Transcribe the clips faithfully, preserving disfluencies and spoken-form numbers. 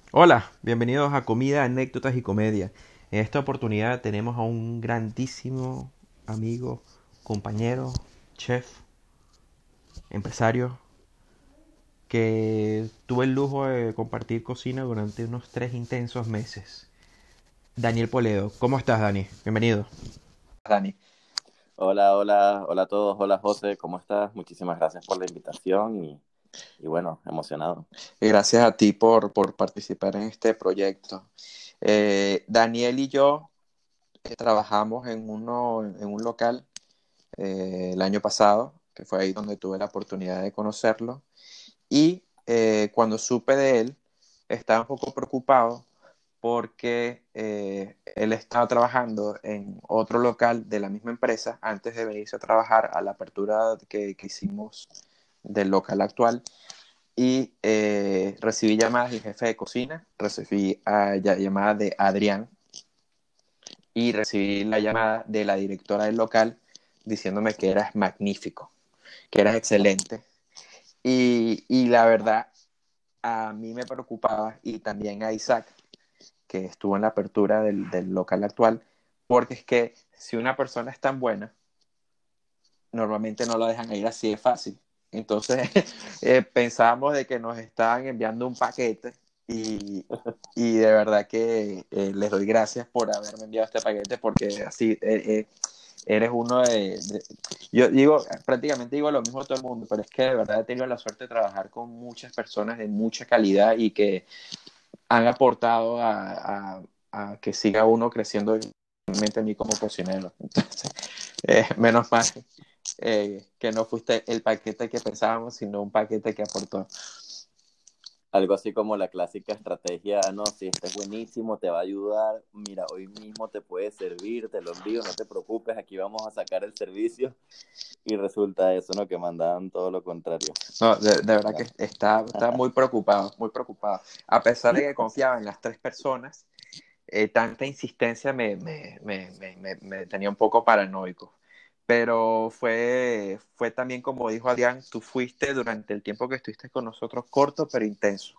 Hola, bienvenidos a Comida, Anécdotas y Comedia. En esta oportunidad tenemos a un grandísimo amigo, compañero, chef, empresario, que tuve el lujo de compartir cocina durante unos tres intensos meses. Daniel Poledo, ¿cómo estás, Dani? Bienvenido. Dani. Hola, hola, hola a todos, hola José, ¿cómo estás? Muchísimas gracias por la invitación y, y bueno, emocionado. Gracias a ti por, por participar en este proyecto. Eh, Daniel y yo eh, trabajamos en, uno, en un local eh, el año pasado, que fue ahí donde tuve la oportunidad de conocerlo. Y eh, cuando supe de él, estaba un poco preocupado porque eh, él estaba trabajando en otro local de la misma empresa antes de venirse a trabajar a la apertura que, que hicimos del local actual. Y eh, recibí llamadas del jefe de cocina, recibí uh, llamadas de Adrián y recibí la llamada de la directora del local diciéndome que eras magnífico, que eras excelente. Y, y la verdad, a mí me preocupaba y también a Isaac, que estuvo en la apertura del, del local actual, porque es que si una persona es tan buena, normalmente no la dejan ir así de fácil. Entonces eh, pensábamos de que nos estaban enviando un paquete y, y de verdad que eh, les doy gracias por haberme enviado este paquete porque así eh, eh, eres uno de, de, Yo digo, prácticamente digo lo mismo a todo el mundo, pero es que de verdad he tenido la suerte de trabajar con muchas personas de mucha calidad y que han aportado a, a, a que siga uno creciendo realmente a mí como cocinero. Entonces, eh, menos mal eh, que no fuiste el paquete que pensábamos, sino un paquete que aportó. Algo así como la clásica estrategia, no, si este es buenísimo, te va a ayudar, mira, hoy mismo te puede servir, te lo envío, no te preocupes, aquí vamos a sacar el servicio y resulta eso, ¿no? Que mandaban todo lo contrario. No, de, de verdad Bueno, que está, está muy preocupado, muy preocupado. A pesar de que confiaba en las tres personas, eh, tanta insistencia me, me, me, me, me tenía un poco paranoico. Pero fue, fue también como dijo Adrián, tú fuiste durante el tiempo que estuviste con nosotros corto pero intenso.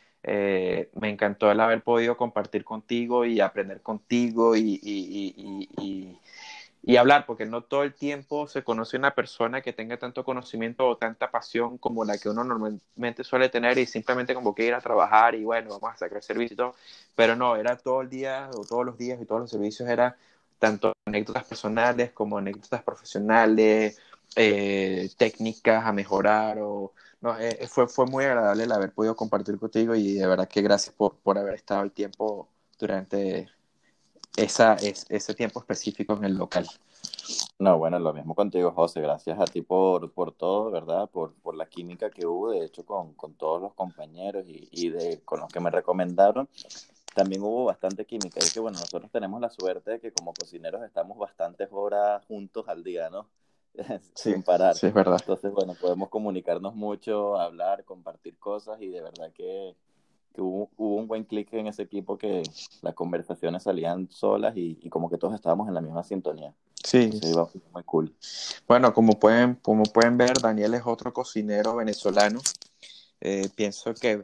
Eh, me encantó el haber podido compartir contigo y aprender contigo y, y, y, y, y hablar, porque no todo el tiempo se conoce una persona que tenga tanto conocimiento o tanta pasión como la que uno normalmente suele tener y simplemente como que ir a trabajar y bueno, vamos a sacar servicio y todo, pero no, era todo el día o todos los días y todos los servicios era tanto anécdotas personales como anécdotas profesionales, eh, técnicas a mejorar o no, eh, fue, fue muy agradable el haber podido compartir contigo y de verdad que gracias por, por haber estado el tiempo durante esa, es, ese tiempo específico en el local. no, bueno, lo mismo contigo, José, gracias a ti por, por todo, ¿verdad? Por, por la química que hubo, de hecho, con, con todos los compañeros y, y de, con los que me recomendaron. También hubo bastante química. Y es que, bueno, nosotros tenemos la suerte de que como cocineros estamos bastantes horas juntos al día, ¿no? Sí, Sin parar. sí, es verdad. Entonces, bueno, podemos comunicarnos mucho, hablar, compartir cosas y de verdad que, que hubo, hubo un buen clic en ese equipo que las conversaciones salían solas y, y como que todos estábamos en la misma sintonía. Sí, Entonces iba muy cool. bueno, como pueden, como pueden ver, Daniel es otro cocinero venezolano. Eh, pienso que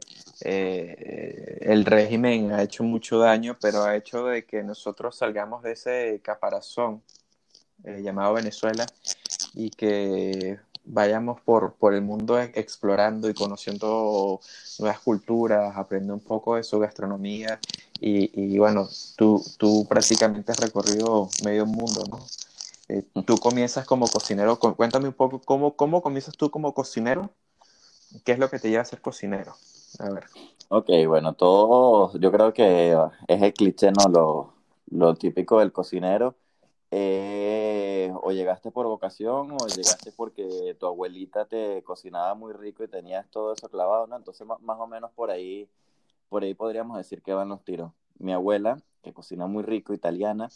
eh, el régimen ha hecho mucho daño, pero ha hecho de que nosotros salgamos de ese caparazón eh, llamado Venezuela y que vayamos por, por el mundo e- explorando y conociendo nuevas culturas, aprendiendo un poco de su gastronomía y, y bueno, tú, tú prácticamente has recorrido medio mundo, ¿no? Eh, tú comienzas como cocinero, cu- cuéntame un poco cómo, cómo comienzas tú como cocinero, qué es lo que te lleva a ser cocinero. A ver. Ok, bueno, todo, yo creo que es el cliché, ¿no? Lo, lo típico del cocinero. Eh, o llegaste por vocación o llegaste porque tu abuelita te cocinaba muy rico y tenías todo eso clavado, ¿no? Entonces, ma- más o menos por ahí, por ahí podríamos decir que van los tiros. Mi abuela, que cocina muy rico, italiana,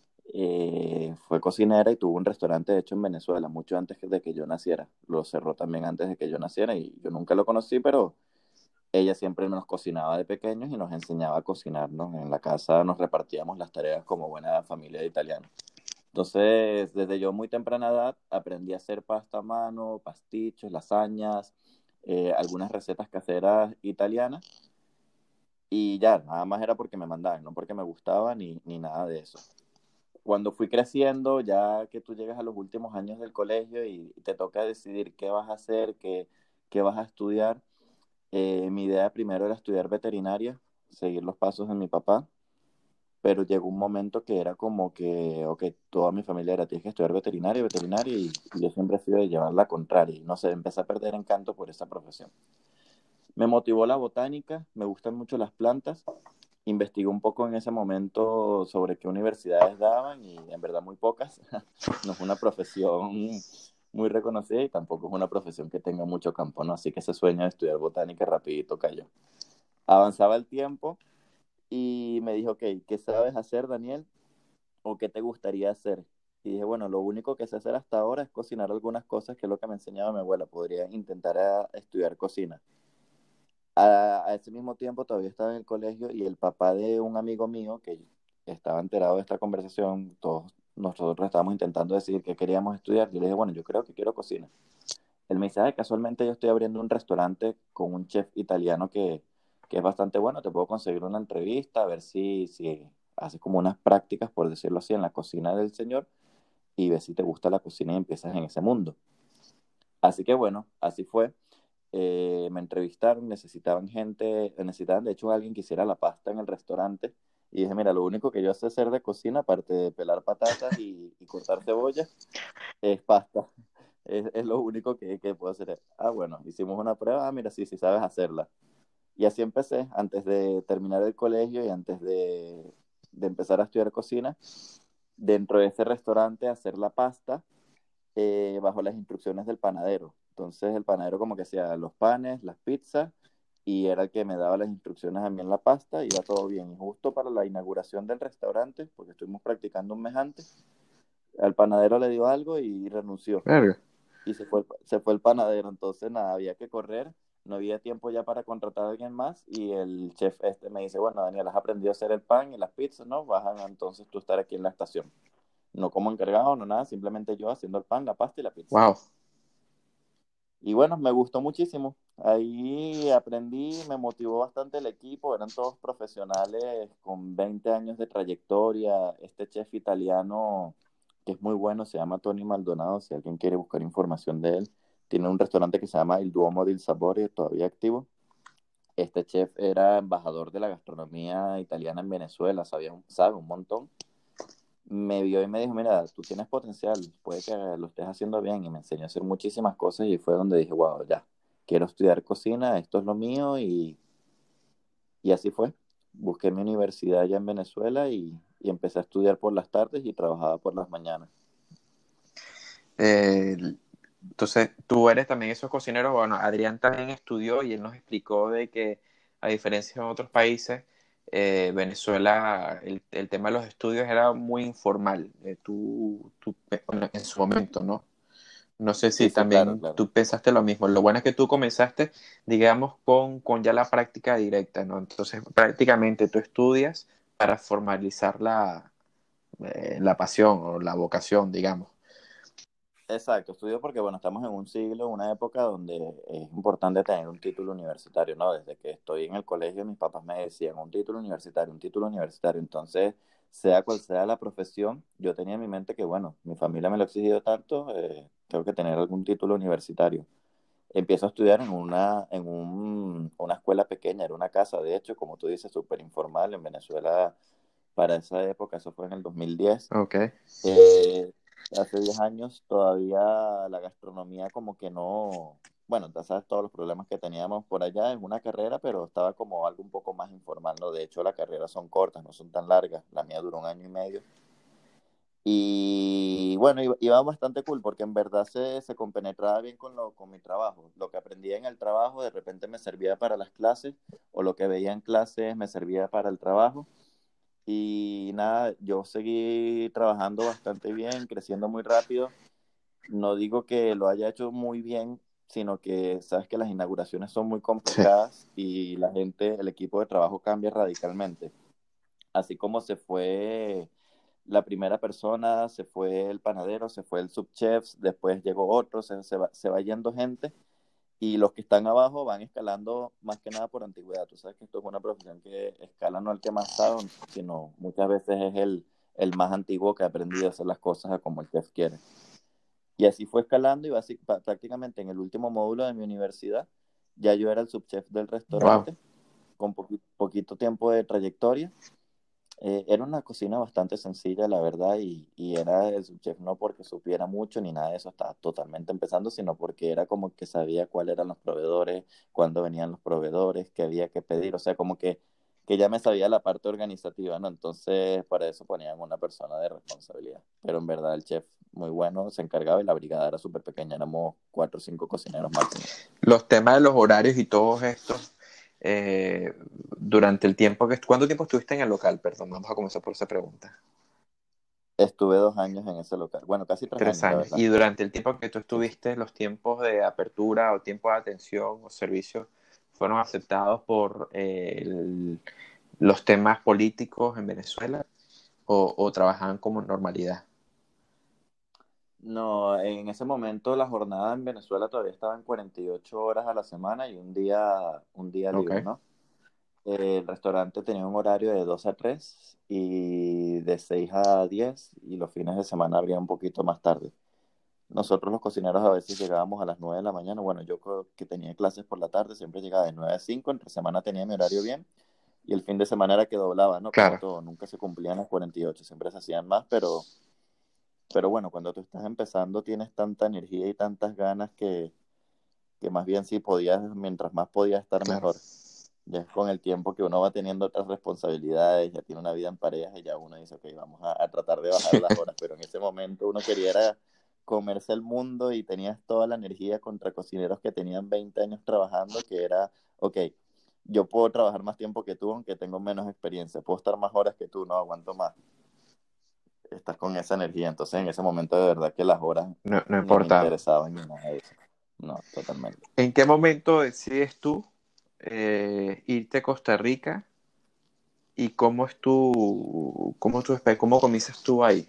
eh, fue cocinera y tuvo un restaurante, de hecho, en Venezuela, mucho antes que- de que yo naciera. Lo cerró también antes de que yo naciera y yo nunca lo conocí, pero ella siempre nos cocinaba de pequeños y nos enseñaba a cocinar, ¿no? En la casa nos repartíamos las tareas como buena familia de italianos. Entonces, desde yo muy temprana edad aprendí a hacer pasta a mano, pastichos, lasañas, eh, algunas recetas caseras italianas. y ya, nada más era porque me mandaban, no porque me gustaba ni, ni nada de eso. Cuando fui creciendo, ya que tú llegas a los últimos años del colegio y te toca decidir qué vas a hacer, qué, qué vas a estudiar, eh, mi idea primero era estudiar veterinaria, seguir los pasos de mi papá, pero llegó un momento que era como que, ok, toda mi familia era, tienes que estudiar veterinaria, veterinaria, y, y yo siempre he sido de llevar la contraria, y no sé, empecé a perder encanto por esa profesión. Me motivó la botánica, me gustan mucho las plantas, investigué un poco en ese momento sobre qué universidades daban y en verdad muy pocas. No es una profesión muy reconocida y tampoco es una profesión que tenga mucho campo, ¿no? Así que ese sueño de estudiar botánica rapidito cayó. Avanzaba el tiempo y me dijo, ok, ¿qué sabes hacer, Daniel? ¿O qué te gustaría hacer? Y dije, bueno, lo único que sé hacer hasta ahora es cocinar algunas cosas, que es lo que me enseñaba mi abuela. Podría intentar a, estudiar cocina. A, a ese mismo tiempo todavía estaba en el colegio y el papá de un amigo mío que estaba enterado de esta conversación, todos nosotros estábamos intentando decidir qué queríamos estudiar. Yo le dije, bueno, yo creo que quiero cocina. El mensaje, casualmente yo estoy abriendo un restaurante con un chef italiano que, que es bastante bueno. Te puedo conseguir una entrevista, a ver si, si haces como unas prácticas, por decirlo así, en la cocina del señor y ves si te gusta la cocina y empiezas en ese mundo. Así que bueno, así fue. Eh, me entrevistaron, necesitaban gente, necesitaban de hecho alguien que hiciera la pasta en el restaurante. Y dije, mira, lo único que yo sé hacer de cocina, aparte de pelar patatas y, y cortar cebolla, es pasta. Es, es lo único que, que puedo hacer. Ah, bueno, hicimos una prueba, ah, mira, sí, sí sabes hacerla. Y así empecé, antes de terminar el colegio y antes de, de empezar a estudiar cocina, dentro de ese restaurante a hacer la pasta eh, bajo las instrucciones del panadero. Entonces el panadero como que hacía los panes, las pizzas, y era el que me daba las instrucciones a mí en la pasta, iba todo bien. Y justo para la inauguración del restaurante, porque estuvimos practicando un mes antes, al panadero le dio algo y renunció. Verga. Y se fue, se fue el panadero, entonces nada, había que correr, no había tiempo ya para contratar a alguien más, y el chef este me dice, bueno, Daniel, has aprendido a hacer el pan y las pizzas, ¿no? Vas a entonces tú estar aquí en la estación. No como encargado, no nada, simplemente yo haciendo el pan, la pasta y la pizza. Wow. Y bueno, me gustó muchísimo. Ahí aprendí, me motivó bastante el equipo, eran todos profesionales con veinte años de trayectoria. Este chef italiano, que es muy bueno, se llama Tony Maldonado, si alguien quiere buscar información de él, tiene un restaurante que se llama Il Duomo del Sapore, todavía activo. Este chef era embajador de la gastronomía italiana en Venezuela, sabía, un- sabe un montón. Me vio y me dijo, mira, tú tienes potencial, puede que lo estés haciendo bien, y me enseñó a hacer muchísimas cosas y fue donde dije, wow, ya, quiero estudiar cocina, esto es lo mío, y, y así fue. Busqué mi universidad allá en Venezuela y, y empecé a estudiar por las tardes y trabajaba por las mañanas. Eh, entonces, tú eres también esos cocineros. Bueno, Adrián también estudió y él nos explicó de que, a diferencia de otros países, eh, Venezuela, el, el tema de los estudios era muy informal. Eh, tú, tú, bueno, en su momento, ¿no? No sé Sí, si sí, claro, también claro. tú pensaste lo mismo. Lo bueno es que tú comenzaste, digamos, con, con ya la práctica directa, ¿no? Entonces, prácticamente tú estudias para formalizar la, eh, la pasión o la vocación, digamos. Exacto, estudio porque, bueno, estamos en un siglo, una época donde es importante tener un título universitario, ¿no? Desde que estoy en el colegio, mis papás me decían un título universitario, un título universitario. Entonces, sea cual sea la profesión, yo tenía en mi mente que, bueno, mi familia me lo ha exigido tanto, eh, tengo que tener algún título universitario. Empiezo a estudiar en una, en un, una escuela pequeña, era una casa, de hecho, como tú dices, súper informal en Venezuela para esa época, eso fue en el dos mil diez. Ok. eh, Hace diez años todavía la gastronomía como que no, bueno, ya sabes todos los problemas que teníamos por allá, en una carrera, pero estaba como algo un poco más informal, ¿no? De hecho, las carreras son cortas, no son tan largas, la mía duró un año y medio. Y bueno, iba, iba bastante cool porque en verdad se, se compenetraba bien con, lo, con mi trabajo. Lo que aprendía en el trabajo de repente me servía para las clases, o lo que veía en clases me servía para el trabajo. Y nada, yo seguí trabajando bastante bien, creciendo muy rápido. No digo que lo haya hecho muy bien, sino que sabes que las inauguraciones son muy Sí. complicadas y la gente, el equipo de trabajo cambia radicalmente. Así como se fue la primera persona, se fue el panadero, se fue el subchef, después llegó otro, se, se va, se va yendo gente, Y los que están abajo van escalando más que nada por antigüedad. Tú sabes que esto es una profesión que escala no el que más sabe, sino muchas veces es el, el más antiguo que ha aprendido a hacer las cosas a como el chef quiere. Y así fue escalando y basic, prácticamente en el último módulo de mi universidad ya yo era el subchef del Wow. restaurante con poqui, poquito tiempo de trayectoria. Eh, era una cocina bastante sencilla, la verdad, y, y era el subchef no porque supiera mucho ni nada de eso, estaba totalmente empezando, sino porque era como que sabía cuáles eran los proveedores, cuándo venían los proveedores, qué había que pedir, o sea, como que, que ya me sabía la parte organizativa, ¿no? Entonces, para eso ponían una persona de responsabilidad. Pero en verdad el chef muy bueno se encargaba y la brigada era súper pequeña, éramos cuatro o cinco cocineros máximo. Los temas de los horarios y todos estos, eh, durante el tiempo que... ¿Cuánto tiempo estuviste en el local? Perdón, vamos a comenzar por esa pregunta. Estuve dos años en ese local, bueno, casi tres Tres años, la años. verdad. Y durante el tiempo que tú Sí, sí. estuviste, los tiempos de apertura o tiempo de atención o servicio fueron aceptados por eh, el- los temas políticos en Venezuela o, o trabajaban como normalidad. No, en ese momento la jornada en Venezuela todavía estaba en cuarenta y ocho horas a la semana y un día, un día Ok, libre, ¿no? Eh, el restaurante tenía un horario de dos a tres y de seis a diez y los fines de semana abría un poquito más tarde. Nosotros los cocineros a veces llegábamos a las nueve de la mañana. Bueno, yo co- que tenía clases por la tarde siempre llegaba de nueve a cinco, entre semana tenía mi horario bien y el fin de semana era que doblaba, ¿no? Como claro. todo, nunca se cumplían las cuarenta y ocho, siempre se hacían más, pero, pero bueno, cuando tú estás empezando tienes tanta energía y tantas ganas que, que más bien sí podías, mientras más podías estar Claro. mejor. Ya es con el tiempo que uno va teniendo otras responsabilidades, ya tiene una vida en pareja y ya uno dice, ok, vamos a, a tratar de bajar las horas, pero en ese momento uno quería era comerse el mundo y tenías toda la energía contra cocineros que tenían veinte años trabajando, que era, ok, yo puedo trabajar más tiempo que tú, aunque tengo menos experiencia, puedo estar más horas que tú, no aguanto más. Estás con esa energía, entonces en ese momento de verdad que las horas No, no ni me importaba. interesaban ni nada de eso. No, totalmente. ¿En qué momento decides tú eh, irte a Costa Rica y cómo es tu, cómo, tu, cómo comienzas tú ahí?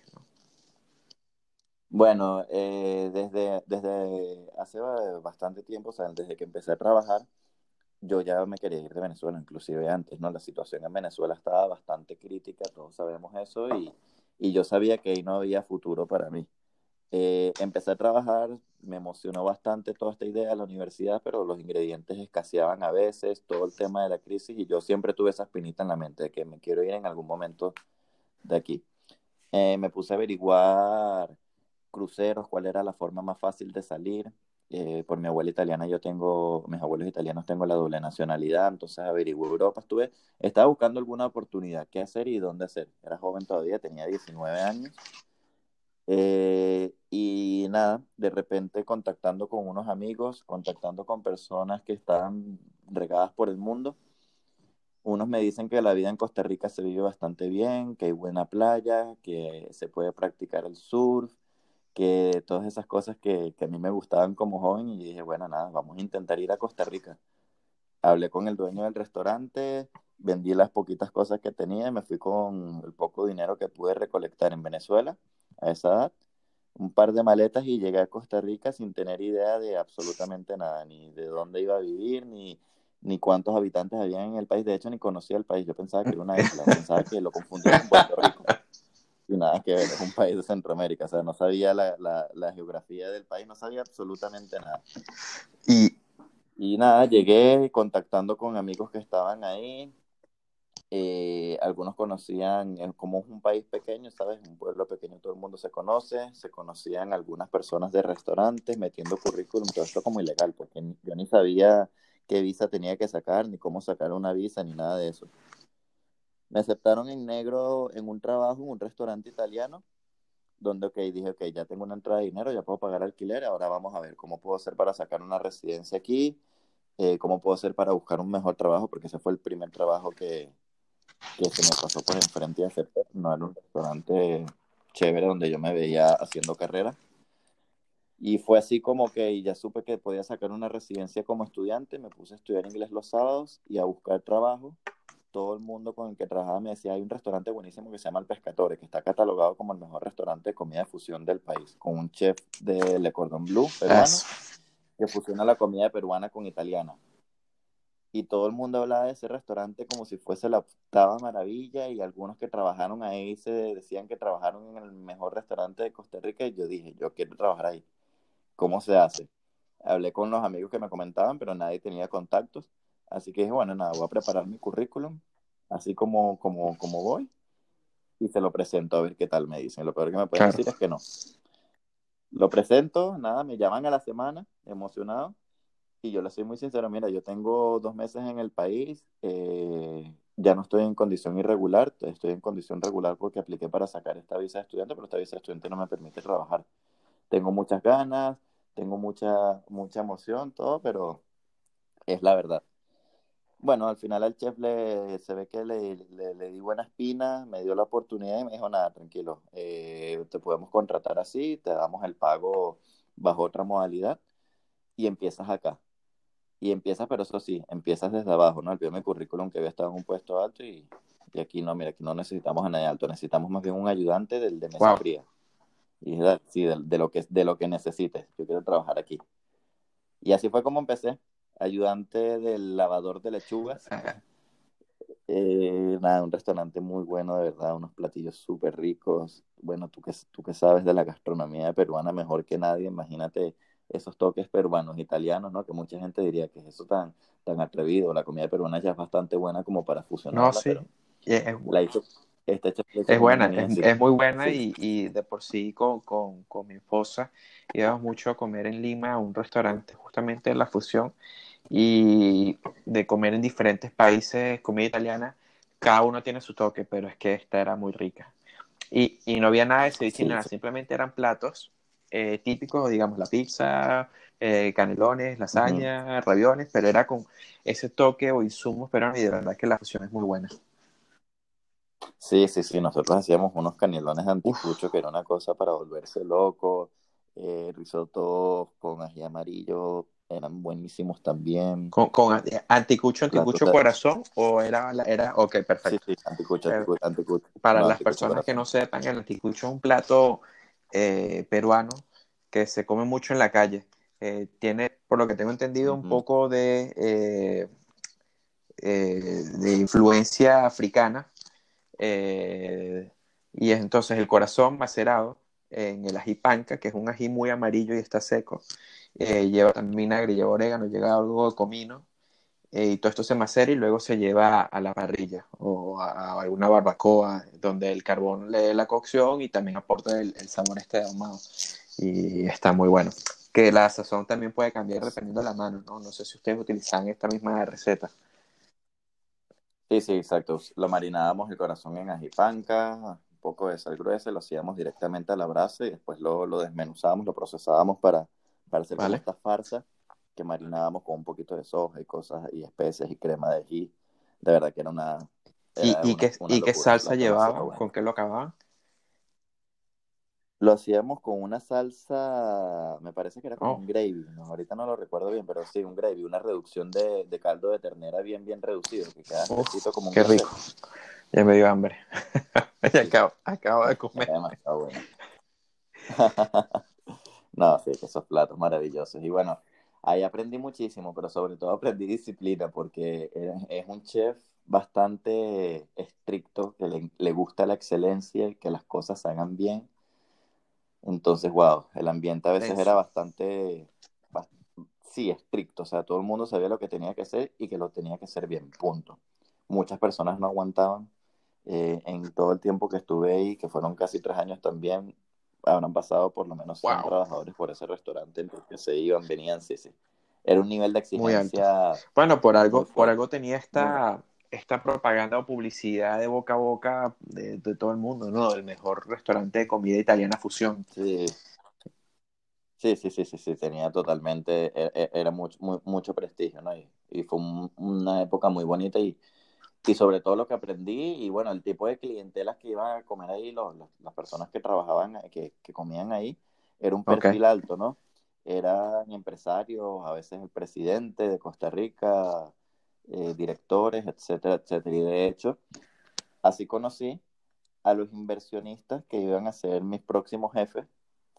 Bueno, eh, desde, desde hace bastante tiempo, o sea, desde que empecé a trabajar, yo ya me quería ir de Venezuela, inclusive antes, ¿no? La situación en Venezuela estaba bastante crítica, todos sabemos eso, y, y yo sabía que ahí no había futuro para mí. Eh, empecé a trabajar, me emocionó bastante toda esta idea de la universidad, pero los ingredientes escaseaban a veces, todo el tema de la crisis, y yo siempre tuve esa espinita en la mente de que me quiero ir en algún momento de aquí. Eh, me puse a averiguar cruceros, cuál era la forma más fácil de salir. Eh, por mi abuela italiana, yo tengo, mis abuelos italianos tengo la doble nacionalidad, entonces averigué Europa, estuve, estaba buscando alguna oportunidad, qué hacer y dónde hacer. Era joven todavía, tenía diecinueve años. Eh, y nada, de repente contactando con unos amigos, contactando con personas que estaban regadas por el mundo. Unos me dicen que la vida en Costa Rica se vive bastante bien, que hay buena playa, que se puede practicar el surf, que todas esas cosas que, que a mí me gustaban como joven y dije, bueno, nada, vamos a intentar ir a Costa Rica. Hablé con el dueño del restaurante, vendí las poquitas cosas que tenía y me fui con el poco dinero que pude recolectar en Venezuela a esa edad, un par de maletas y llegué a Costa Rica sin tener idea de absolutamente nada, ni de dónde iba a vivir, ni, ni cuántos habitantes había en el país. De hecho, ni conocía el país. Yo pensaba que era una isla, pensaba que lo confundía con Puerto Rico. Y nada que ver, es un país de Centroamérica, o sea, no sabía la, la, la geografía del país, no sabía absolutamente nada. Y Y nada, llegué contactando con amigos que estaban ahí, eh, algunos conocían, eh, como es un país pequeño, ¿sabes? Un pueblo pequeño, todo el mundo se conoce, se conocían algunas personas de restaurantes metiendo currículum, todo esto como ilegal, porque ni- yo ni sabía qué visa tenía que sacar, ni cómo sacar una visa, ni nada de eso. Me aceptaron en negro en un trabajo en un restaurante italiano donde, ok, dije, ok, ya tengo una entrada de dinero, ya puedo pagar alquiler, ahora vamos a ver cómo puedo hacer para sacar una residencia aquí, eh, cómo puedo hacer para buscar un mejor trabajo, porque ese fue el primer trabajo que, que se me pasó por enfrente de aceptar, no era un restaurante chévere donde yo me veía haciendo carrera. Y fue así como que ya supe que podía sacar una residencia como estudiante, me puse a estudiar inglés los sábados y a buscar trabajo. Todo el mundo con el que trabajaba me decía, hay un restaurante buenísimo que se llama El Pescatore, que está catalogado como el mejor restaurante de comida de fusión del país, con un chef de Le Cordon Bleu peruano, eso. que fusiona la comida peruana con italiana. Y todo el mundo hablaba de ese restaurante como si fuese la octava maravilla, y algunos que trabajaron ahí se decían que trabajaron en el mejor restaurante de Costa Rica, y yo dije, yo quiero trabajar ahí. ¿Cómo se hace? Hablé con los amigos que me comentaban, pero nadie tenía contactos, así que dije, bueno, nada, voy a preparar mi currículum, así como, como, como voy, y se lo presento a ver qué tal me dicen. Lo peor que me pueden Claro. decir es que no. Lo presento, nada, me llaman a la semana, emocionado. Y yo le soy muy sincero, mira, yo tengo dos meses en el país, eh, ya no estoy en condición irregular, estoy en condición regular porque apliqué para sacar esta visa de estudiante, pero esta visa de estudiante no me permite trabajar. Tengo muchas ganas, tengo mucha, mucha emoción, todo, pero es la verdad. Bueno, al final al chef le, se ve que le, le, le di buena espina, me dio la oportunidad y me dijo, nada, tranquilo, eh, te podemos contratar así, te damos el pago bajo otra modalidad y empiezas acá. Y empiezas, pero eso sí, empiezas desde abajo, ¿no? El primer currículum que había estado en un puesto alto, y, y aquí no, mira, aquí no necesitamos a nadie alto, necesitamos más bien un ayudante del de mesa Wow. fría. Y dije, sí, de, de lo que, de lo que necesites, yo quiero trabajar aquí. Y así fue como empecé, ayudante del lavador de lechugas. Eh, nada, un restaurante muy bueno, de verdad, unos platillos súper ricos. Bueno, tú que, tú que sabes de la gastronomía peruana mejor que nadie, imagínate esos toques peruanos, italianos, ¿no? Que mucha gente diría que es eso tan, tan atrevido. La comida peruana ya es bastante buena como para No, fusionarla, sí. pero Y Es, la hizo, este chef la hizo es con buena, un es, sí, es muy buena sí, y, y de por sí con, con, con mi esposa íbamos mucho a comer en Lima a un restaurante justamente de la fusión y de comer en diferentes países comida italiana, cada uno tiene su toque, pero es que esta era muy rica. Y, y no había nada de ceviche ni sí, nada, sí. simplemente eran platos eh, típicos, digamos, la pizza, eh, canelones, Ujú. lasaña, raviones, pero era con ese toque o insumos peruanos y de verdad que la fusión es muy buena. Sí, sí, sí, nosotros hacíamos unos canelones de Uf, anticucho que era una cosa para volverse loco, eh, risotos con ají amarillo eran buenísimos también, con, con anticucho, platos anticucho de... corazón o era, era, ok, Sí, perfecto. sí, anticucho, Eh, anticucho, anticucho, para no, las anticucho personas que corazón. no sepan, el anticucho es un plato eh, peruano que se come mucho en la calle. Eh, tiene, por lo que tengo entendido, un Ujú. poco de, eh, eh, de influencia africana. Eh, y es entonces el corazón macerado en el ají panca, que es un ají muy amarillo y está seco. Eh, lleva también vinagre, lleva orégano, lleva algo de comino. Eh, y todo esto se macera y luego se lleva a la parrilla o a, a alguna barbacoa donde el carbón le dé la cocción y también aporta el, el sabor este ahumado. Y está muy bueno. Que la sazón también puede cambiar dependiendo de la mano, ¿no? No sé si ustedes utilizan esta misma receta. Sí, sí, exacto. Lo marinábamos el corazón en ají panca, un poco de sal gruesa, lo hacíamos directamente a la brasa y después lo, lo desmenuzábamos, lo procesábamos para, para hacer como ¿Vale? esta farsa que marinábamos con un poquito de soja y cosas y especies y crema de ají. De verdad que era una, ¿Y, era y, una, qué, una ¿Y qué locura, salsa demasiado llevaban? bueno. ¿Con qué lo acababan? Lo hacíamos con una salsa, me parece que era como Oh, un gravy, ¿no? Ahorita no lo recuerdo bien, pero sí, un gravy, una reducción de, de caldo de ternera bien, bien reducido, que queda uf, espesito como un qué café. rico. Ya me dio hambre. Ya Sí, acabo, acabo de era comer. demasiado bueno. No, sí, que esos platos maravillosos. Y bueno, ahí aprendí muchísimo, pero sobre todo aprendí disciplina, porque era- es un chef bastante estricto, que le, le gusta la excelencia y que las cosas se hagan bien. Entonces, wow, el ambiente a veces era Tenso. bastante, bas- sí, estricto. O sea, todo el mundo sabía lo que tenía que hacer y que lo tenía que hacer bien, punto. Muchas personas no aguantaban. Eh, en todo el tiempo que estuve ahí, que fueron casi tres años también, habrán pasado por lo menos cien Wow, trabajadores por ese restaurante, porque se iban, venían, sí, sí. Era un nivel de muy alto. exigencia Bueno, por muy algo, por fuerte, algo tenía muy alto. esta, esta propaganda o publicidad de boca a boca de, de todo el mundo, ¿no? El mejor restaurante de comida italiana fusión. Sí, sí, sí, sí, sí, sí, tenía totalmente, e- e- era mucho, muy, mucho prestigio, ¿no? Y, y fue un- una época muy bonita y, y sobre todo lo que aprendí y bueno, el tipo de clientelas que iban a comer ahí, los, los- las personas que trabajaban, eh, que, que comían ahí, era un Ok. perfil alto, ¿no? Eran empresarios, a veces el presidente de Costa Rica, eh, directores, etcétera, etcétera. Y de hecho, así conocí a los inversionistas que iban a ser mis próximos jefes,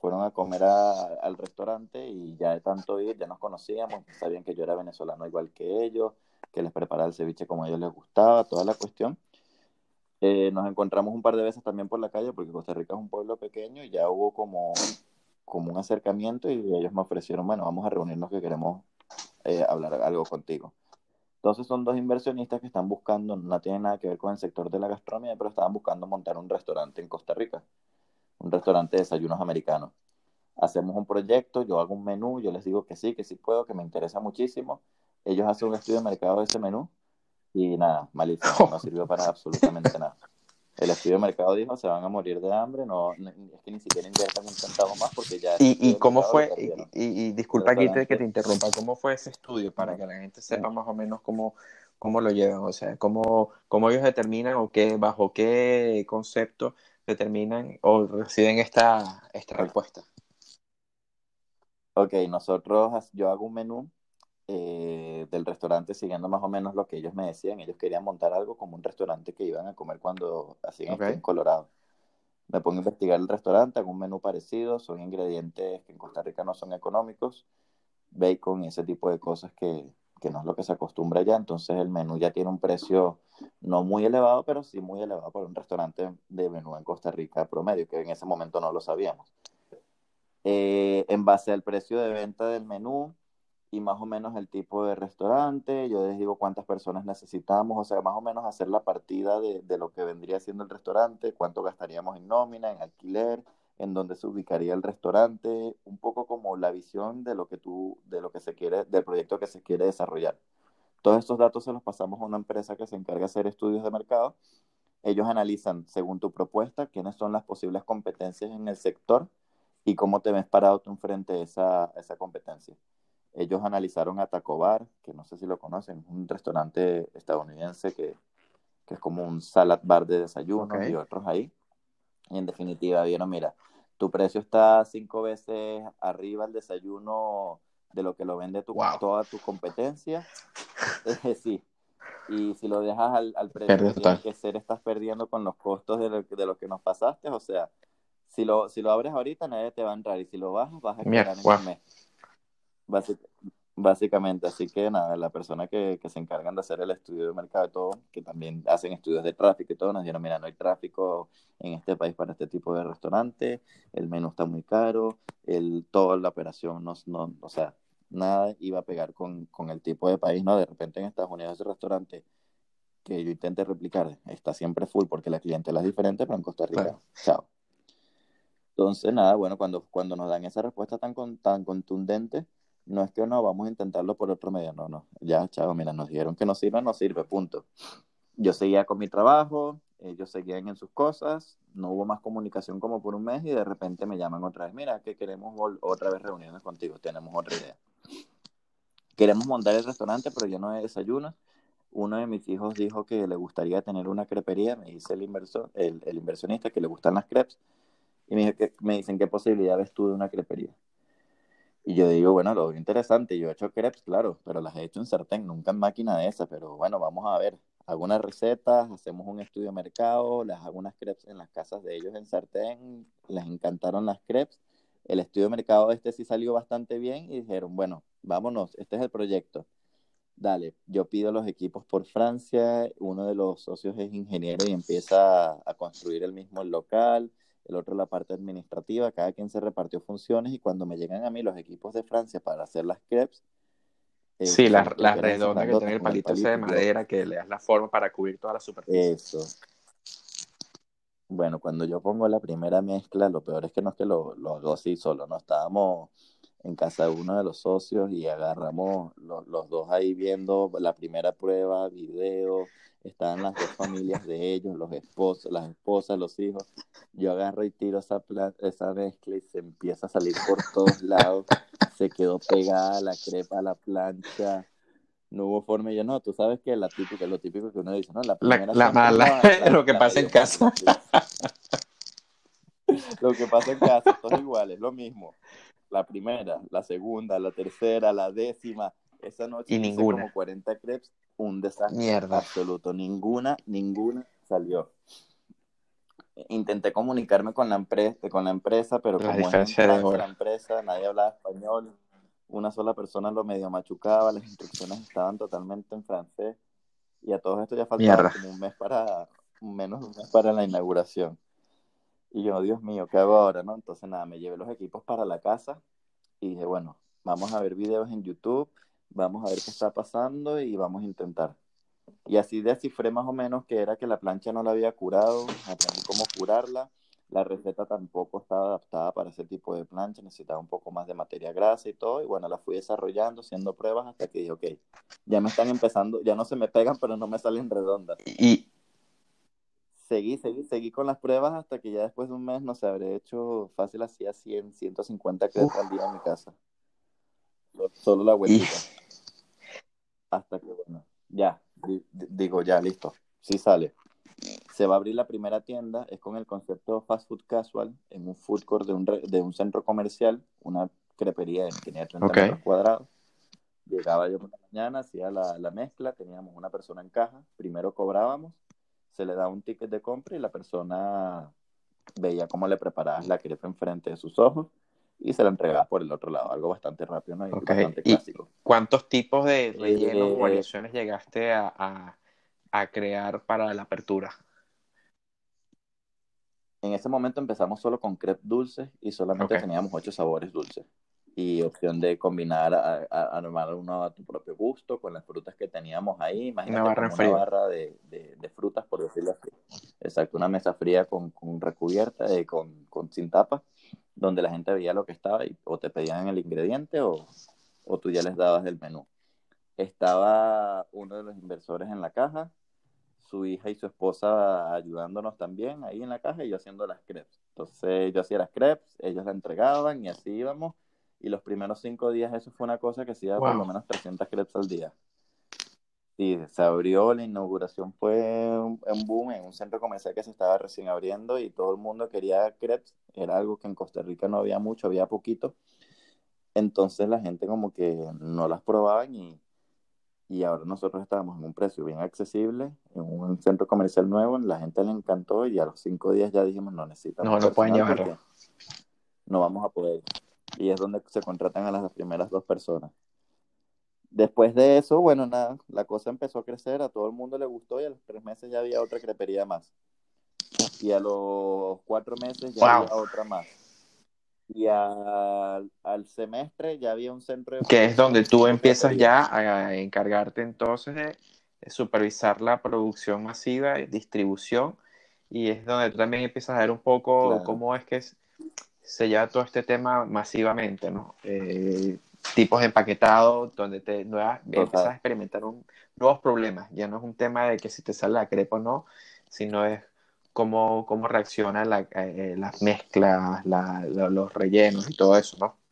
fueron a comer a, al restaurante y ya de tanto ir, ya nos conocíamos, sabían que yo era venezolano igual que ellos, que les preparaba el ceviche como a ellos les gustaba, toda la cuestión. Eh, nos encontramos un par de veces también por la calle porque Costa Rica es un pueblo pequeño y ya hubo como, como un acercamiento y ellos me ofrecieron, bueno, vamos a reunirnos que queremos eh, hablar algo contigo. Entonces son dos inversionistas que están buscando, no tienen nada que ver con el sector de la gastronomía, pero estaban buscando montar un restaurante en Costa Rica, un restaurante de desayunos americanos. Hacemos un proyecto, yo hago un menú, yo les digo que sí, que sí puedo, que me interesa muchísimo. Ellos hacen un estudio de mercado de ese menú y nada, malísimo, no sirvió para absolutamente nada. El estudio de mercado dijo, se van a morir de hambre, no, no- es que ni siquiera inviertan un centavo más porque ya ese ¿Y, estudio y de cómo mercado lo fue? Y, perdieron. y- y El disculpa aquí te- que te restaurante, interrumpa, ¿cómo fue ese estudio para no, que la gente no. sepa más o menos cómo, cómo lo llevan? O sea, cómo, cómo ellos determinan o qué, bajo qué concepto determinan o reciben esta, esta Ok, respuesta. ok, nosotros, yo hago un menú eh, del restaurante siguiendo más o menos lo que ellos me decían. Ellos querían montar algo como un restaurante que iban a comer cuando hacían esto en ¿Ok? Colorado. Me pongo a investigar el restaurante, hago un menú parecido, son ingredientes que en Costa Rica no son económicos, bacon y ese tipo de cosas que, que no es lo que se acostumbra allá. Entonces el menú ya tiene un precio no muy elevado, pero sí muy elevado para un restaurante de menú en Costa Rica promedio, que en ese momento no lo sabíamos. Eh, en base al precio de venta del menú y más o menos el tipo de restaurante, yo les digo cuántas personas necesitamos, o sea, más o menos hacer la partida de, de lo que vendría siendo el restaurante, cuánto gastaríamos en nómina, en alquiler, en dónde se ubicaría el restaurante, un poco como la visión de lo que tú, de lo que se quiere, del proyecto que se quiere desarrollar. Todos estos datos se los pasamos a una empresa que se encarga de hacer estudios de mercado. Ellos analizan, según tu propuesta, quiénes son las posibles competencias en el sector y cómo te ves parado tú enfrente de esa, esa competencia. Ellos analizaron a Taco Bar, que no sé si lo conocen, es un restaurante estadounidense que, que es como un salad bar de desayunos y ¿Ok? otros ahí. Y en definitiva vieron, mira, tu precio está cinco veces arriba el desayuno de lo que lo vende tu, Wow. toda tu competencia. Eh, sí, y si lo dejas al, al precio Pérdida que tiene total. que ser, estás perdiendo con los costos de lo, de lo que nos pasaste. O sea, si lo, si lo abres ahorita, nadie te va a entrar. Y si lo bajas, vas a Mierda, quebrar en wow. un mes. Básic- básicamente, así que nada, la persona que, que se encargan de hacer el estudio de mercado y todo, que también hacen estudios de tráfico y todo, nos dijeron, mira, no hay tráfico en este país para este tipo de restaurante, el menú está muy caro, el, toda la operación, no, no, o sea, nada iba a pegar con, con el tipo de país, ¿no? De repente en Estados Unidos ese restaurante que yo intente replicar está siempre full porque la clientela es diferente, pero en Costa Rica, Claro. chao. Entonces, nada, bueno, cuando, cuando nos dan esa respuesta tan, con, tan contundente, no es que no, vamos a intentarlo por otro medio, no, no, ya, chao, mira, nos dijeron que no sirve, no sirve, punto. Yo seguía con mi trabajo, ellos seguían en sus cosas, no hubo más comunicación como por un mes y de repente me llaman otra vez, mira, que queremos otra vez reuniones contigo, tenemos otra idea. Queremos montar el restaurante, pero yo no de desayunos. Uno de mis hijos dijo que le gustaría tener una crepería, me dice el inversor, el, el inversionista que le gustan las crepes, y me, dijo que, me dicen qué posibilidad ves tú de una crepería. Y yo digo, bueno, lo veo interesante, yo he hecho crepes, claro, pero las he hecho en sartén, nunca en máquina de esa, pero bueno, vamos a ver. Hago unas recetas, hacemos un estudio de mercado, las hago unas crepes en las casas de ellos en sartén, les encantaron las crepes. El estudio de mercado este sí salió bastante bien y dijeron, bueno, vámonos, este es el proyecto. Dale, yo pido los equipos por Francia, uno de los socios es ingeniero y empieza a, a construir el mismo el local, el otro la parte administrativa, cada quien se repartió funciones y cuando me llegan a mí los equipos de Francia para hacer las crepes, eh, Sí, que son la, las la creperas esas redonda que tiene grandotas el con el palito ese de palito, yo, madera que le das la forma para cubrir toda la superficie. eso. Bueno, cuando yo pongo la primera mezcla, lo peor es que no es que lo, lo hago así solo, no estábamos en casa de uno de los socios y agarramos los, los dos ahí viendo la primera prueba, video, estaban las dos familias de ellos, los esposos, las esposas, los hijos. Yo agarro y tiro esa, pla- esa mezcla y se empieza a salir por todos lados, se quedó pegada la crepa a la plancha. No hubo forma, y yo no, tú sabes que la típica, lo típico que uno dice, no, la La, primera la siempre es mala, la, la, lo que la pasa en medio mala, la, casa. la, lo que pasa en casa, todos iguales, lo mismo. La primera, la segunda, la tercera, la décima. Esa noche Y hice ninguna. como cuarenta crepes, un desastre Mierda. absoluto. Ninguna, ninguna salió. intenté comunicarme con la empresa, con la empresa, pero La como es en diferencia de Francia la hora. empresa, nadie hablaba español, una sola persona lo medio machucaba, las instrucciones estaban totalmente en francés y a todos esto ya faltaban Mierda. como un mes para, menos de un mes para la inauguración. Y yo, Dios mío, ¿qué hago ahora, no? Entonces nada, me llevé los equipos para la casa y dije, bueno, vamos a ver videos en YouTube, vamos a ver qué está pasando y vamos a intentar. Y así descifré más o menos que era que la plancha no la había curado, aprendí cómo curarla. La receta tampoco estaba adaptada para ese tipo de plancha, necesitaba un poco más de materia grasa y todo. Y bueno, la fui desarrollando, haciendo pruebas hasta que dije, ok, ya me están empezando, ya no se me pegan, pero no me salen redondas. Y, Seguí, seguí, seguí con las pruebas hasta que ya después de un mes, no sé, habré hecho fácil, hacía cien, ciento cincuenta crepes al uf, día en mi casa. Solo la y, vueltica. Hasta que, bueno, ya, di- di- digo, ya, listo. Sí sale. Se va a abrir la primera tienda, es con el concepto fast food casual, en un food court de un, re- de un centro comercial, una crepería que tenía treinta ok. metros cuadrados. Llegaba yo por la mañana, hacía la, la mezcla, teníamos una persona en caja, primero cobrábamos, se le daba un ticket de compra y la persona veía cómo le preparabas la crepa enfrente de sus ojos y se la entregaba por el otro lado, algo bastante rápido, ¿no? Y Ok. bastante ¿Y clásico. cuántos tipos de rellenos o Eh, variaciones llegaste a, a- a crear para la apertura? En ese momento empezamos solo con crepes dulces y solamente Ok. teníamos ocho sabores dulces. Y opción de combinar, a, a- a armar uno a tu propio gusto con las frutas que teníamos ahí. Una Imagínate barra en como una frío. barra de, de- de frutas, por decirlo así. Exacto, una mesa fría con, con recubierta, eh, con, con sin tapa, donde la gente veía lo que estaba y o te pedían el ingrediente o, o tú ya les dabas el menú. Estaba uno de los inversores en la caja, su hija y su esposa ayudándonos también ahí en la caja y yo haciendo las crepes. Entonces yo hacía las crepes, ellos la entregaban y así íbamos. Y los primeros cinco días eso fue una cosa que hacía por lo Wow. menos trescientas crepes al día. Y se abrió, la inauguración fue un, un boom en un centro comercial que se estaba recién abriendo y todo el mundo quería crepes. Era algo que en Costa Rica no había mucho, había poquito. Entonces la gente como que no las probaban y y ahora nosotros estábamos en un precio bien accesible, en un centro comercial nuevo, la gente le encantó y a los cinco días ya dijimos, no necesitamos No, no pueden personal llevarlo. porque no vamos a poder. Y es donde se contratan a las primeras dos personas. Después de eso, bueno, nada, la cosa empezó a crecer, a todo el mundo le gustó y a los tres meses ya había otra crepería más. Y a los cuatro meses ya había Wow. otra más. Y al, al semestre ya había un centro de Que es donde producción, tú cinco empiezas creperías. ya a encargarte entonces de, de supervisar la producción masiva, distribución, y es donde tú también empiezas a ver un poco Claro, cómo es que se lleva todo este tema masivamente, ¿no? Eh, tipos de empaquetado, donde te nuevas, empiezas a total. experimentar un, nuevos problemas. Ya no es un tema de que si te sale la crepa o no, sino es cómo, cómo reaccionan la, eh, las mezclas, la, la, los rellenos y todo eso, ¿no?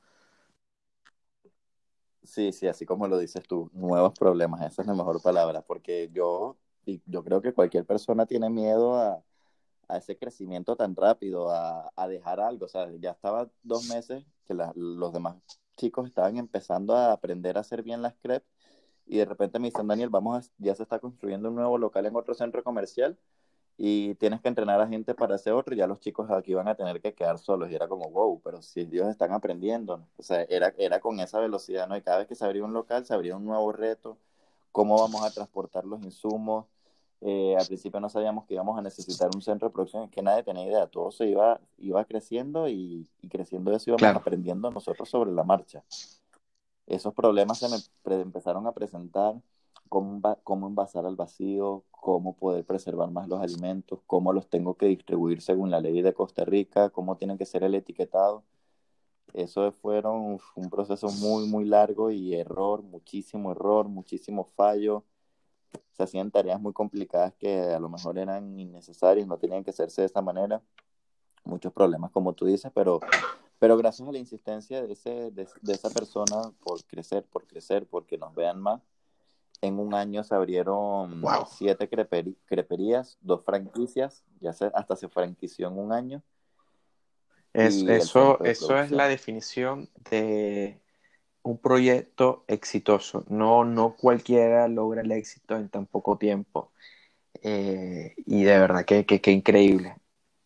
Sí, sí, así como lo dices tú, nuevos problemas, esa es la mejor palabra, porque yo, y yo creo que cualquier persona tiene miedo a, a ese crecimiento tan rápido, a, a dejar algo, o sea, ya estaba dos meses que la- los demás chicos estaban empezando a aprender a hacer bien las crepes y de repente me dicen, Daniel, vamos a, ya se está construyendo un nuevo local en otro centro comercial y tienes que entrenar a gente para ese otro, y ya los chicos aquí van a tener que quedar solos. Y era como, wow, pero si ellos están aprendiendo, ¿no? O sea, era, era con esa velocidad, ¿no? Y cada vez que se abría un local, se abría un nuevo reto, cómo vamos a transportar los insumos. Eh, al principio no sabíamos que íbamos a necesitar un centro de producción, es que nadie tenía idea, todo se iba, iba creciendo y, y creciendo eso íbamos Claro, aprendiendo nosotros sobre la marcha. Esos problemas se me pre- empezaron a presentar, cómo, va- cómo envasar al vacío, cómo poder preservar más los alimentos, cómo los tengo que distribuir según la ley de Costa Rica, cómo tienen que ser el etiquetado. Eso fueron uf, un proceso muy, muy largo y error, muchísimo error, muchísimo fallo. Se hacían tareas muy complicadas que a lo mejor eran innecesarias, no tenían que hacerse de esta manera. Muchos problemas, como tú dices, pero pero gracias a la insistencia de, ese, de, de esa persona por crecer, por crecer, porque nos vean más, en un año se abrieron wow. siete creperi- creperías, dos franquicias, ya se, hasta se franquició en un año, Es, y el eso, centro de eso es la producción. definición de un proyecto exitoso. No, no cualquiera logra el éxito en tan poco tiempo. Eh, y de verdad que, que, que increíble.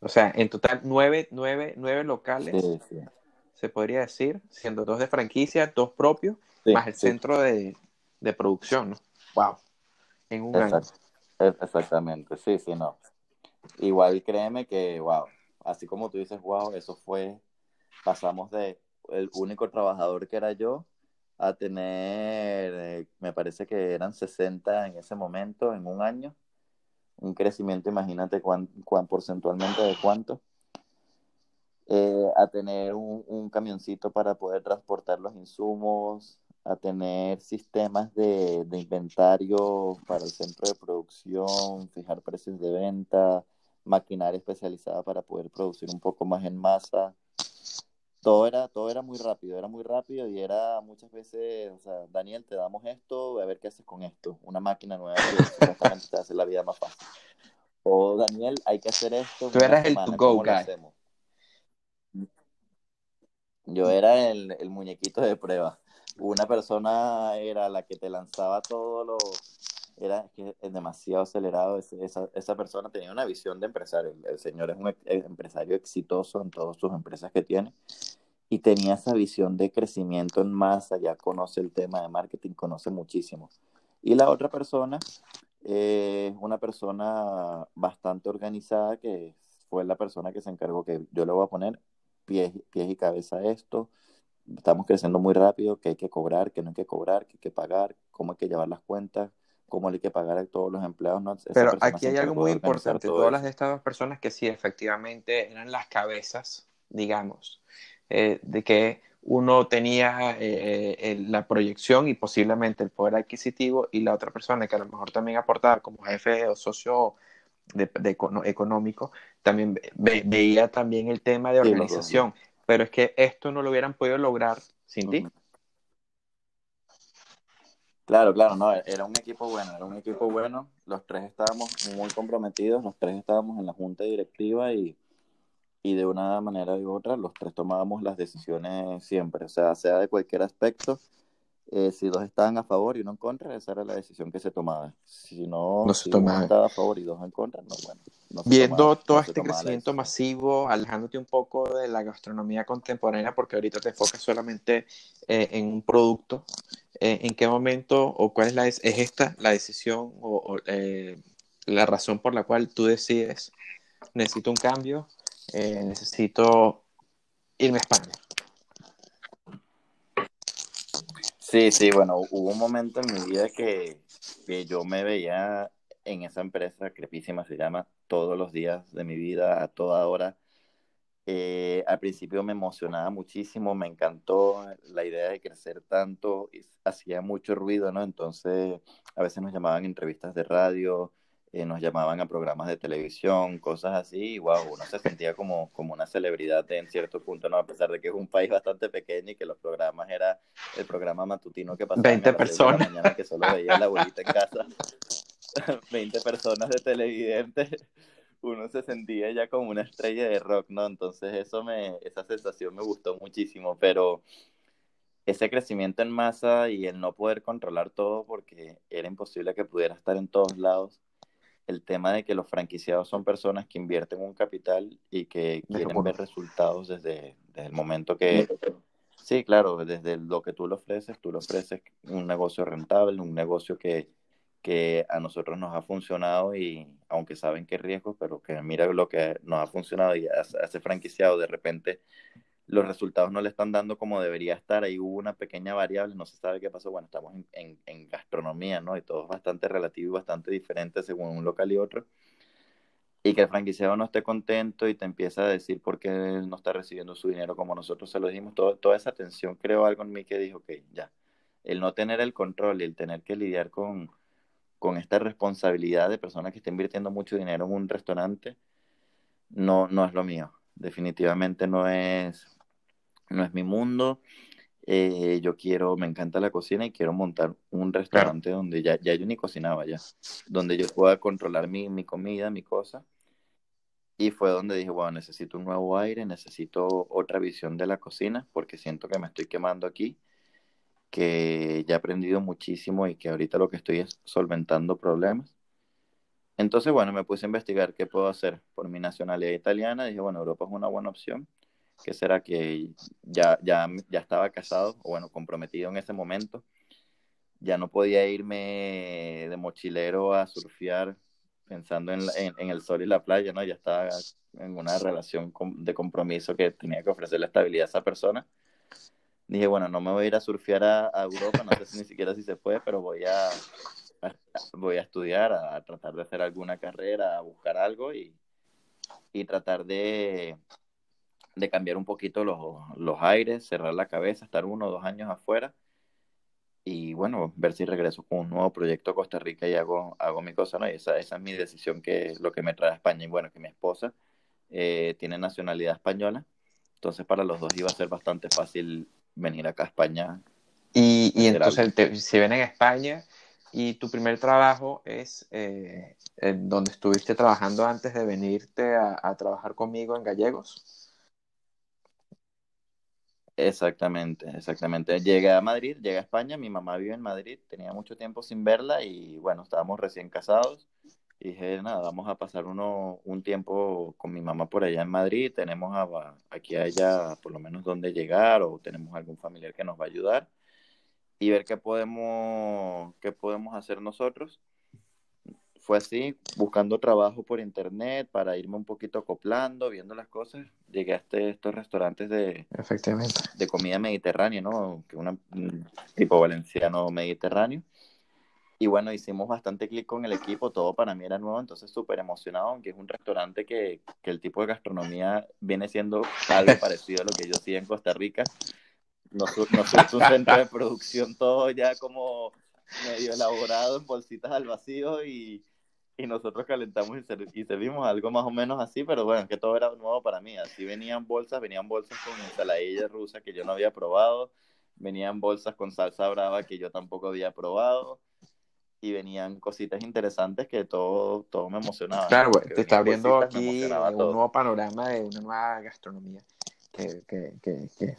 O sea, en total nueve, nueve, nueve Sí, locales, sí, se podría decir, siendo dos de franquicia, dos propios, sí, más el sí, centro de, de producción, ¿no? Wow, en un año. exact- e- exactamente, sí, sí, no. Igual créeme que, wow, así como tú dices, wow, eso fue, pasamos de el único trabajador que era yo a tener, eh, me parece que eran sesenta en ese momento, en un año, un crecimiento, imagínate cuán, cuán porcentualmente de cuánto, eh, a tener un, un camioncito para poder transportar los insumos, a tener sistemas de, de inventario para el centro de producción, fijar precios de venta, maquinaria especializada para poder producir un poco más en masa. Todo era, todo era muy rápido, era muy rápido y era muchas veces, o sea, Daniel, te damos esto, a ver qué haces con esto. Una máquina nueva que supuestamente te hace la vida más fácil. O Daniel, hay que hacer esto en Tú una eras el semana, to-go ¿cómo lo guy. hacemos? Yo era el, el muñequito de prueba. Una persona era la que te lanzaba todo lo... Era es que es demasiado acelerado. Ese- esa, esa persona tenía una visión de empresario. El, el señor es un ex- empresario exitoso en todas sus empresas que tiene. Y tenía esa visión de crecimiento en masa. Ya conoce el tema de marketing, conoce muchísimo. Y la otra persona eh, es una persona bastante organizada que fue la persona que se encargó que yo le voy a poner pies, pies y cabeza a esto. Estamos creciendo muy rápido, que hay que cobrar, que no hay que cobrar, que hay que pagar, cómo hay que llevar las cuentas, cómo hay que pagar a todos los empleados, ¿no? Esa Pero persona aquí se hay algo encargó muy de organizar importante. Tú todo hablas de eso. estas dos personas que sí, efectivamente, eran las cabezas, digamos, eh, de que uno tenía eh, eh, la proyección y posiblemente el poder adquisitivo y la otra persona que a lo mejor también aportaba como jefe o socio de, de econo- económico, también ve- veía también el tema de Sí, los dos. Los... organización. Pero es que esto no lo hubieran podido lograr sin ti. Ujú. Claro, claro, no, era un equipo bueno, era un equipo bueno. Los tres estábamos muy comprometidos, los tres estábamos en la junta directiva y, y de una manera u otra, los tres tomábamos las decisiones siempre, o sea, sea de cualquier aspecto. Eh, si dos estaban a favor y uno en contra, esa era la decisión que se tomaba. Si no, No se si uno toma. estaba a favor y dos en contra, no, bueno, no se tomaba, Viendo todo no se este tomaba la crecimiento decisión. masivo, alejándote un poco de la gastronomía contemporánea, porque ahorita te enfocas solamente eh, en un producto, eh, ¿en qué momento o cuál es, la, es esta la decisión o, o, eh, la razón por la cual tú decides, necesito un cambio, eh, necesito irme a España? Sí, sí, bueno, hubo un momento en mi vida que, que yo me veía en esa empresa, crepísima se llama, todos los días de mi vida, a toda hora. Eh, al principio me emocionaba muchísimo, me encantó la idea de crecer tanto, y hacía mucho ruido, ¿no? Entonces, a veces nos llamaban a entrevistas de radio, eh, nos llamaban a programas de televisión, cosas así, y wow, uno se sentía como, como una celebridad en cierto punto, ¿no? A pesar de que es un país bastante pequeño y que los programas era el programa matutino que pasaban a veinte las seis de la personas. mañana que solo veía la abuelita en casa, veinte personas de televidentes, uno se sentía ya como una estrella de rock, ¿no? Entonces eso me, esa sensación me gustó muchísimo, pero ese crecimiento en masa y el no poder controlar todo porque era imposible que pudiera estar en todos lados, el tema de que los franquiciados son personas que invierten un capital y que De quieren uno. ver resultados desde, desde el momento que, sí, claro, desde lo que tú le ofreces, tú le ofreces un negocio rentable, un negocio que, que a nosotros nos ha funcionado y aunque saben que es riesgo, pero que mira lo que nos ha funcionado y hace, hace franquiciado, de repente los resultados no le están dando como debería estar, ahí hubo una pequeña variable, no se sabe qué pasó, bueno, estamos en, en, en gastronomía, ¿no? Y todo es bastante relativo y bastante diferente según un local y otro y que el franquiciado no esté contento y te empieza a decir por qué él no está recibiendo su dinero como nosotros se lo dijimos, todo, toda esa tensión creó algo en mí que dijo, ok, ya, el no tener el control y el tener que lidiar con, con esta responsabilidad de personas que están invirtiendo mucho dinero en un restaurante, no, no es lo mío, definitivamente no es, no es mi mundo. Eh, yo quiero, me encanta la cocina y quiero montar un Claro. restaurante donde ya, ya yo ni cocinaba ya, donde yo pueda controlar mi, mi comida, mi cosa. Y fue donde dije, bueno, necesito un nuevo aire, necesito otra visión de la cocina, porque siento que me estoy quemando aquí, que ya he aprendido muchísimo y que ahorita lo que estoy es solventando problemas. Entonces, bueno, me puse a investigar qué puedo hacer por mi nacionalidad italiana. Dije, bueno, Europa es una buena opción. ¿Qué será que ya, ya, ya estaba casado, o bueno, comprometido en ese momento? Ya no podía irme de mochilero a surfear pensando en, la- en, en el sol y la playa, ¿no? Ya estaba en una relación com- de compromiso que tenía que ofrecerle estabilidad a esa persona. Dije, bueno, no me voy a ir a surfear a, a Europa, no sé si ni siquiera si se puede, pero voy a, a- voy a estudiar, a, a tratar de hacer alguna carrera, a buscar algo y, y tratar de, de cambiar un poquito los, los aires, cerrar la cabeza, estar uno o dos años afuera y bueno, ver si regreso con un nuevo proyecto a Costa Rica y hago, hago mi cosa, ¿no? Y esa, esa es mi decisión, que es lo que me trae a España. Y bueno, que mi esposa eh, tiene nacionalidad española, entonces para los dos iba a ser bastante fácil venir acá a España Y, a y hacer algo. entonces te, si ven en España y tu primer trabajo es eh, en donde estuviste trabajando antes de venirte a, a trabajar conmigo en Gallegos. Exactamente, exactamente. Llegué a Madrid, llegué a España, mi mamá vive en Madrid, tenía mucho tiempo sin verla y bueno, estábamos recién casados. Y dije, nada, vamos a pasar uno, un tiempo con mi mamá por allá en Madrid, tenemos a- aquí a ella por lo menos dónde llegar o tenemos algún familiar que nos va a ayudar y ver qué podemos, qué podemos hacer nosotros. Fue así, buscando trabajo por internet para irme un poquito acoplando, viendo las cosas. Llegué a este, estos restaurantes de, Efectivamente. de comida mediterránea, ¿no? Que una, un tipo valenciano mediterráneo. Y bueno, hicimos bastante clic con el equipo, todo para mí era nuevo, entonces súper emocionado, aunque es un restaurante que, que el tipo de gastronomía viene siendo algo parecido a lo que yo hacía en Costa Rica. Nos, sur- nos surte un centro de producción todo ya como medio elaborado en bolsitas al vacío y, y nosotros calentamos y, ser- y servimos algo más o menos así, pero bueno, que todo era nuevo para mí. Así venían bolsas, venían bolsas con ensaladilla rusa que yo no había probado, venían bolsas con salsa brava que yo tampoco había probado y venían cositas interesantes que todo, todo me emocionaba, ¿no? Claro, Con lo pues, que te está venían abriendo bolsitas me aquí emocionaba eh, un todo. nuevo panorama de una nueva gastronomía. Que, que, que, que...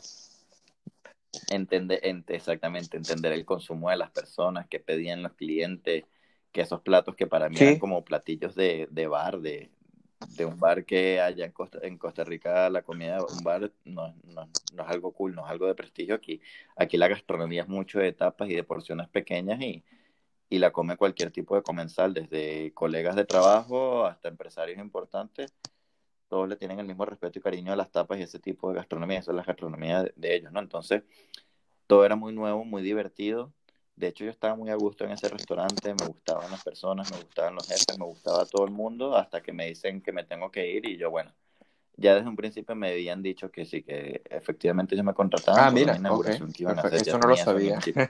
Entender, ent- exactamente, entender el consumo de las personas, que pedían los clientes, que esos platos que para mí eran Sí, como platillos de, de bar, de, de un bar que allá en Costa, en Costa Rica la comida, un bar no, no, no es algo cool, no es algo de prestigio aquí. Aquí la gastronomía es mucho de tapas y de porciones pequeñas y, y la come cualquier tipo de comensal, desde colegas de trabajo hasta empresarios importantes. Todos le tienen el mismo respeto y cariño a las tapas y ese tipo de gastronomía, esa es la gastronomía de, de ellos, ¿no? Entonces, todo era muy nuevo, muy divertido. De hecho, yo estaba muy a gusto en ese restaurante, me gustaban las personas, me gustaban los jefes, me gustaba todo el mundo, hasta que me dicen que me tengo que ir y yo, bueno, ya desde un principio me habían dicho que sí, que efectivamente ellos me contrataban ah, por una mira, ok, inauguración que iban a perfecto. hacer, ya Eso no lo tenía eso en el sabía. chip.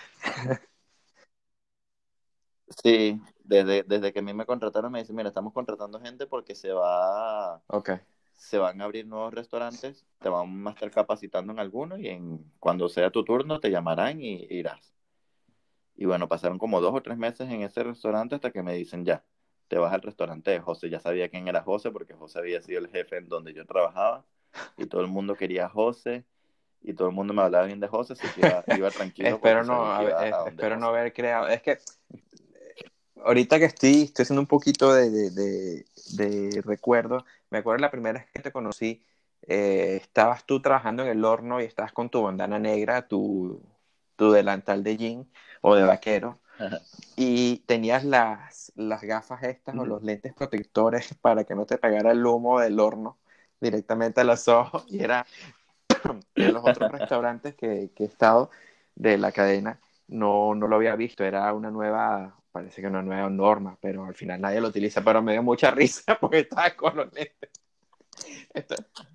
Sí, desde, desde que a mí me contrataron me dicen, mira, estamos contratando gente porque se va, Ok. se van a abrir nuevos restaurantes, te van a estar capacitando en algunos y en, cuando sea tu turno te llamarán y irás. Y bueno, pasaron como dos o tres meses en ese restaurante hasta que me dicen ya, te vas al restaurante de José. Ya sabía quién era José porque José había sido el jefe en donde yo trabajaba y todo el mundo quería a José y todo el mundo me hablaba bien de José, así que iba, iba tranquilo Espero porque no, sabía que haber- iba eh, a donde espero no José. haber creado. Es que ahorita que estoy, estoy haciendo un poquito de, de, de, de recuerdo, me acuerdo la primera vez que te conocí, eh, estabas tú trabajando en el horno y estabas con tu bandana negra, tu, tu delantal de jean o de vaquero, y tenías las, las gafas estas o los lentes protectores para que no te pegara el humo del horno directamente a los ojos, y era en los otros restaurantes que, que he estado de la cadena, no, no lo había visto, era una nueva, parece que una nueva norma, pero al final nadie lo utiliza, pero me dio mucha risa porque estaba con los lentes. Esto-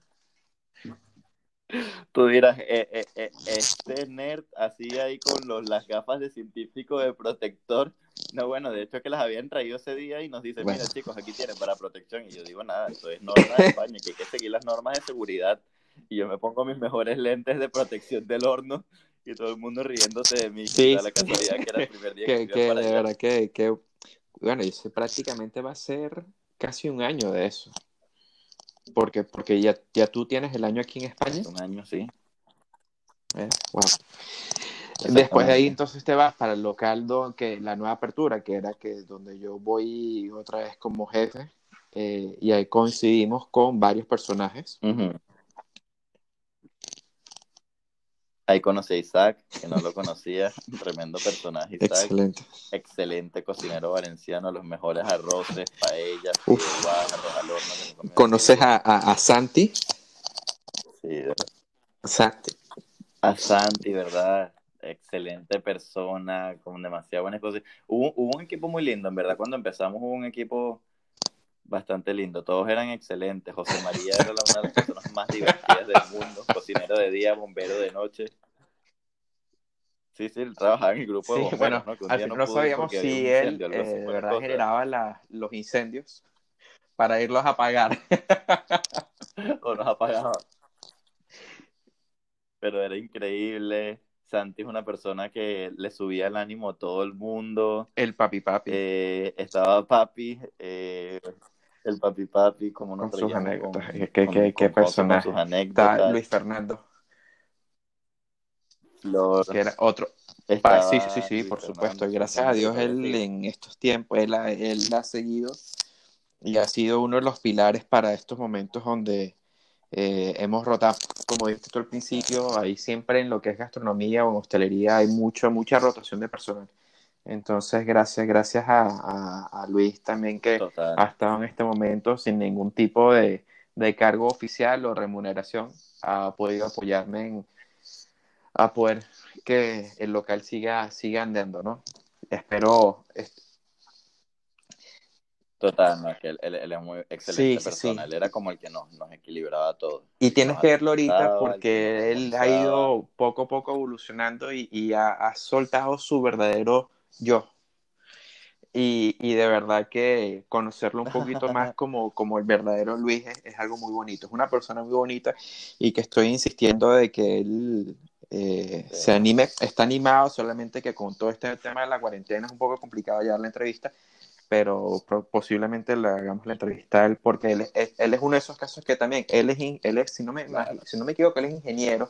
Tú dirás, eh, eh, eh, este nerd así ahí con los, las gafas de científico de protector. No, bueno, de hecho que las habían traído ese día y nos dicen, bueno, mira chicos, aquí tienen para protección. Y yo digo, nada, eso es norma de España, que hay que seguir las normas de seguridad. Y yo me pongo mis mejores lentes de protección del horno y todo el mundo riéndose de mí. Y sí, da la sí, casualidad que era el primer día que que, me iba que para de allá. verdad que, que, bueno, y eso prácticamente va a ser casi un año de eso, porque, porque ya, ya tú tienes el año aquí en España. Hace un año, sí. Eh, wow. Después de ahí exactamente. entonces te vas para el local do- que la nueva apertura, que era que donde yo voy otra vez como jefe, eh, y ahí coincidimos con varios personajes. Ujú. Ahí conocí a Isaac, que no lo conocía, tremendo personaje Isaac, Excelente. excelente cocinero valenciano, los mejores arroces, paellas, Uf. fideuás, arroz al horno que me he comido en mi ¿Conoces vida. a, a, a Santi? Sí, de- Santi. a Santi, ¿verdad? Excelente persona, con demasiadas buenas cosas. Hubo, hubo un equipo muy lindo, en verdad, cuando empezamos hubo un equipo bastante lindo, todos eran excelentes. José María era la- una de las personas más divertidas del mundo, cocinero de día, bombero de noche. Sí, sí, él trabajaba en el grupo de Sí, bueno, bomberos, ¿no? Que un al día final no no pudo ir sabíamos porque había un si él incendio, eh, algo así de fue la verdad cosa. generaba la, los incendios para irlos a apagar. O nos apagaba. Pero era increíble. Santi es una persona que le subía el ánimo a todo el mundo. El papi papi, Eh, estaba Papi, eh, el Papi Papi, como nos con sus reíamos anécdotas. con, ¿Qué, con, qué, qué con José, con sus personaje? Está anécdotas. Luis Fernando, Flor, que era otro. Pa- sí, sí, estaba sí, Luis por supuesto. Fernando, Y Luis gracias a Fernando que Dios, todavía él sigue. en estos tiempos, él ha, él ha seguido y ha sido uno de los pilares para estos momentos donde eh, hemos rotado, como dijiste tú al principio, ahí siempre en lo que es gastronomía o en hostelería hay mucho, mucha rotación de personal. Entonces, gracias, gracias a, a, a Luis también que Total, ha estado en este momento sin ningún tipo de, de cargo oficial o remuneración, ha podido apoyarme en, a poder que el local siga, siga andando, ¿no? Espero, es- total, no, es que él, él- él es muy sí, excelente sí, persona. sí. Él era como el que nos, nos equilibraba a todos, Y el que tienes nos que verlo ahorita ataba, el que nos porque él ha armonizaba. ido poco a poco evolucionando y, y ha, ha soltado su verdadero yo. Y, y de verdad que conocerlo un poquito más como, como el verdadero Luis es, es algo muy bonito. Es una persona muy bonita y que estoy insistiendo de que él eh, Sí. se anime, está animado, solamente que con todo este tema de la cuarentena es un poco complicado llevar la entrevista, pero pro- posiblemente le hagamos la entrevista a él porque él es, él es uno de esos casos que también, él es, in- él es si, no me, imagi- Claro, si no me equivoco, él es ingeniero.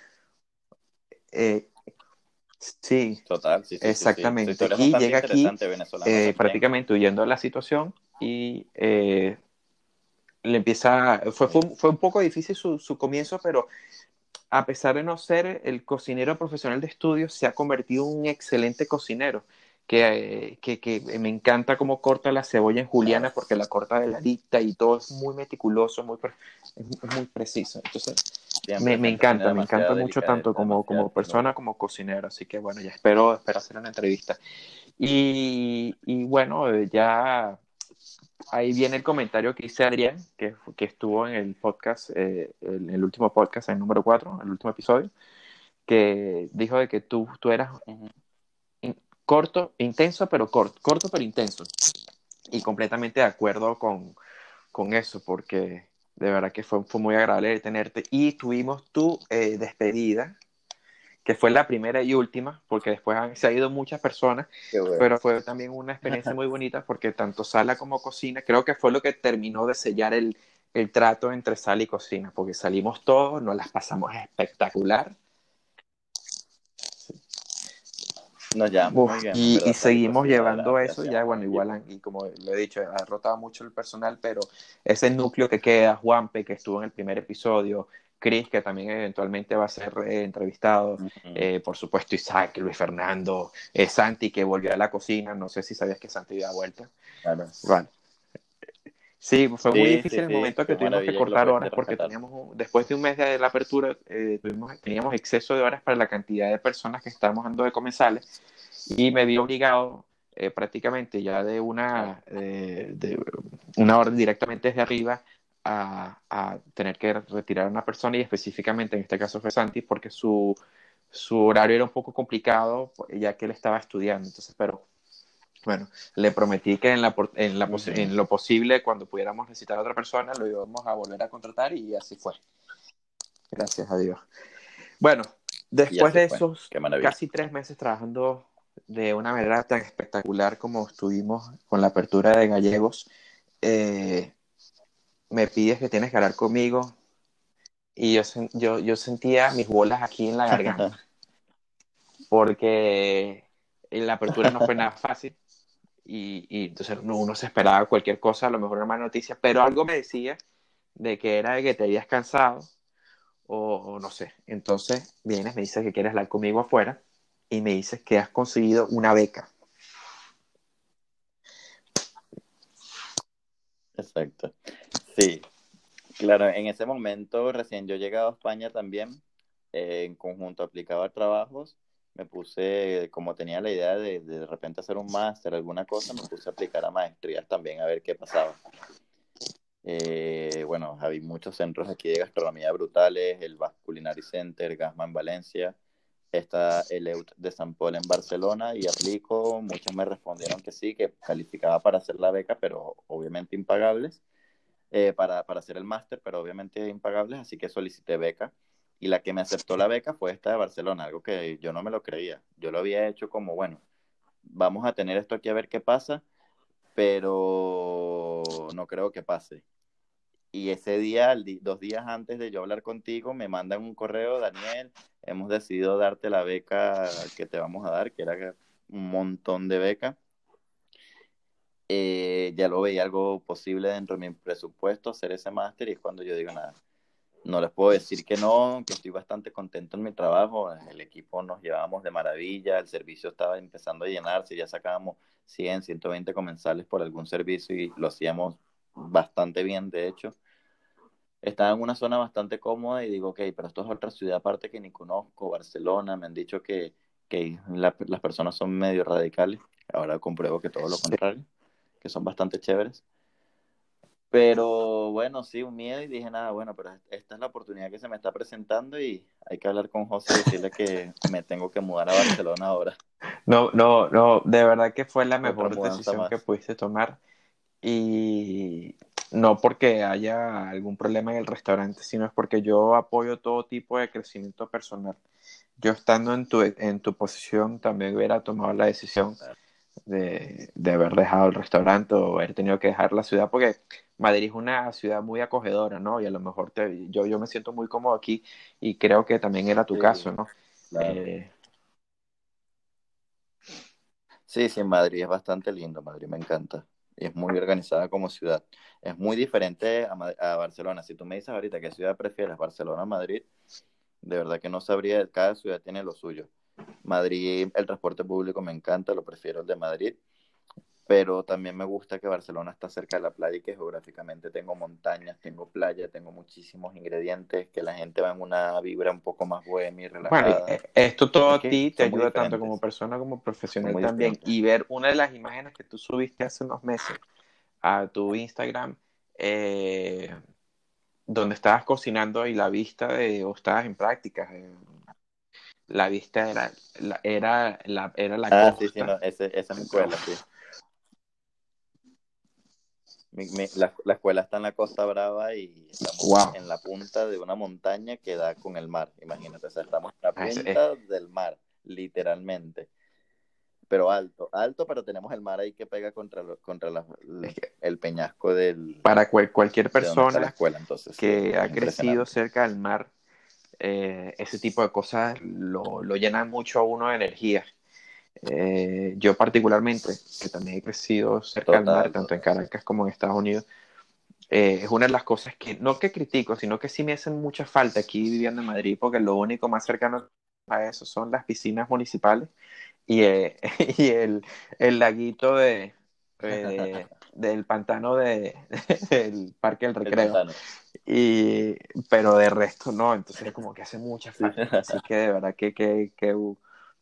eh, sí, total, sí, sí, sí, sí. Su exactamente. historia es Y bastante llega aquí interesante, venezolano eh, también. prácticamente huyendo de la situación y eh, le empieza, fue, fue, Sí, un- fue un poco difícil su, su comienzo, pero a pesar de no ser el cocinero profesional de estudios, se ha convertido en un excelente cocinero. Que, que, que me encanta cómo corta la cebolla en juliana claro. porque la corta de ladita y todo es muy meticuloso, muy, pre- es, es muy preciso. Entonces, me, Siempre, me siempre tiene encanta, me demasiada encanta mucho tanto delicadeza, como, demasiada como persona ternura. como cocinero. Así que bueno, ya espero, espero hacer una entrevista. Y, y bueno, eh, ya ahí viene el comentario que hice Adrián, que, que estuvo en el podcast, eh, el, el último podcast, el número cuatro, el último episodio, que dijo de que tú, tú eras Ujú. in- corto, intenso, pero corto, corto, pero intenso. Y completamente de acuerdo con, con eso, porque de verdad que fue, fue muy agradable tenerte. Y tuvimos tu eh, despedida, que fue la primera y última, porque después han, se han ido muchas personas, Qué bueno. pero fue también una experiencia muy bonita porque tanto sala como cocina, creo que fue lo que terminó de sellar el, el trato entre sala y cocina, porque salimos todos, nos las pasamos espectacular. Nos llevamos Uf, muy bien, en y, y verdad, Sal y seguimos Cocina, de la llevando eso, admiración ya como bueno, igual, equipo. han- y como lo he dicho, ha rotado mucho el personal, pero ese núcleo que queda, Juanpe, que estuvo en el primer episodio, Chris, que también eventualmente va a ser eh, entrevistado, Ujú. eh, por supuesto Isaac, Luis Fernando, eh, Santi, que volvió a la cocina, no sé si sabías que Santi dio vuelta. Claro. Bueno, sí, fue muy Sí, sí, difícil el sí, momento que qué tuvimos que maravilla que lo cortar pudiste horas porque rescatar. teníamos, un- después de un mes de la apertura, eh, tuvimos, teníamos exceso de horas para la cantidad de personas que estábamos dando de comensales y me vi obligado eh, prácticamente ya de Claro. una, eh, de una orden directamente desde arriba a, a tener que retirar a una persona y específicamente en este caso fue Santi porque su, su horario era un poco complicado ya que él estaba estudiando. Entonces, pero bueno, le prometí que en, la, en, la, Ujú. en lo posible, cuando pudiéramos necesitar a otra persona, lo íbamos a volver a contratar y así fue. Gracias a Dios. Bueno, Y después así de fue, esos qué maravilla. casi tres meses trabajando de una manera tan espectacular como estuvimos con la apertura de Gallegos, eh, me pides que tienes que hablar conmigo y yo, yo, yo sentía mis bolas aquí en la garganta. porque la apertura no fue nada fácil y, y entonces uno, uno se esperaba cualquier cosa, a lo mejor una mala noticia, pero algo me decía de que era de que te habías cansado o, o no sé. Entonces vienes, me dices que quieres hablar conmigo afuera y me dices que has conseguido una beca. Exacto. Sí, claro, en ese momento recién yo llegado a España también, eh, en conjunto aplicaba a trabajos, me puse, como tenía la idea de de, de repente hacer un máster, alguna cosa, me puse a aplicar a maestrías también a ver qué pasaba. Eh, bueno, hay muchos centros aquí de gastronomía brutales, el Basque Culinary Center, Gasma en Valencia, está el E U T de San Pol en Barcelona y aplico, muchos me respondieron que sí, que calificaba para hacer la beca, pero obviamente impagables, eh, para, para hacer el máster, pero obviamente impagables, así que solicité beca. Y la que me aceptó la beca fue esta de Barcelona, algo que yo no me lo creía. Yo lo había hecho como, bueno, vamos a tener esto aquí a ver qué pasa, pero no creo que pase. Y ese día, dos días antes de yo hablar contigo, me mandan un correo, Daniel, hemos decidido darte la beca que te vamos a dar, que era un montón de beca. Eh, ya lo veía algo posible dentro de mi presupuesto, hacer ese máster, y es cuando yo digo, nada, no les puedo decir que no, que estoy bastante contento en mi trabajo, el equipo nos llevábamos de maravilla, el servicio estaba empezando a llenarse, ya sacábamos cien, ciento veinte comensales por algún servicio y lo hacíamos bastante bien, de hecho. Estaba en una zona bastante cómoda y digo, ok, pero esto es otra ciudad aparte que ni conozco, Barcelona, me han dicho que, que la- las personas son medio radicales, ahora compruebo que todo lo contrario, que son bastante chéveres. Pero bueno, sí, un miedo y dije, nada, bueno, pero esta es la oportunidad que se me está presentando y hay que hablar con José y decirle que me tengo que mudar a Barcelona ahora. No, no, no, de verdad que fue la Otra mejor mudanza decisión que más. pudiste tomar y no porque haya algún problema en el restaurante, sino es porque yo apoyo todo tipo de crecimiento personal. Yo estando en tu, en tu posición también hubiera tomado la decisión de, de haber dejado el restaurante o haber tenido que dejar la ciudad, porque Madrid es una ciudad muy acogedora, ¿no? Y a lo mejor te, yo, yo me siento muy cómodo aquí y creo que también era tu caso, Sí, ¿no? claro. Eh, Sí, sí, Madrid es bastante lindo, Madrid me encanta. Y es muy organizada como ciudad. Es muy diferente a, Ma- a Barcelona. Si tú me dices ahorita qué ciudad prefieres, Barcelona o Madrid, de verdad que no sabría, cada ciudad tiene lo suyo. Madrid, el transporte público me encanta, lo prefiero el de Madrid, pero también me gusta que Barcelona está cerca de la playa y que geográficamente tengo montañas, tengo playa, tengo muchísimos ingredientes, que la gente va en una vibra un poco más bohemia y bueno, y, relajada. eh, esto todo Es a que ti te son muy ayuda tanto como diferentes, persona como son profesional muy también. distintas. Y ver una de las imágenes que tú subiste hace unos meses a tu Instagram, eh, donde estabas cocinando y la vista de, o estabas en prácticas, eh, la vista era la, era la, era la Ah, sí, sí, costa. no, ese, esa es mi Entonces, escuela, sí. Mi- mi- la, la escuela está en la Costa Brava y estamos wow. en la punta de una montaña que da con el mar, imagínate, o sea, estamos en la Es, es, punta del mar, literalmente, pero alto, alto, pero tenemos el mar ahí que pega contra, lo- contra la- es el, que el peñasco del, para cual, cualquier de donde está la persona escuela, entonces sí, es, que es ha crecido impresionante. cerca del mar, eh, ese tipo de cosas lo, lo llenan mucho a uno de energía. Eh, yo particularmente, que también he crecido cerca del mar, Total, tanto en total. Caracas como en Estados Unidos, eh, es una de las cosas que no que critico, sino que sí me hacen mucha falta aquí viviendo en Madrid, porque lo único más cercano a eso son las piscinas municipales y, eh, y el, el laguito de, de- del pantano de, del Parque del El Recreo. pantano. Y, pero de resto no, entonces como que hace mucha Sí. falta. Así que de verdad que, que, que uh,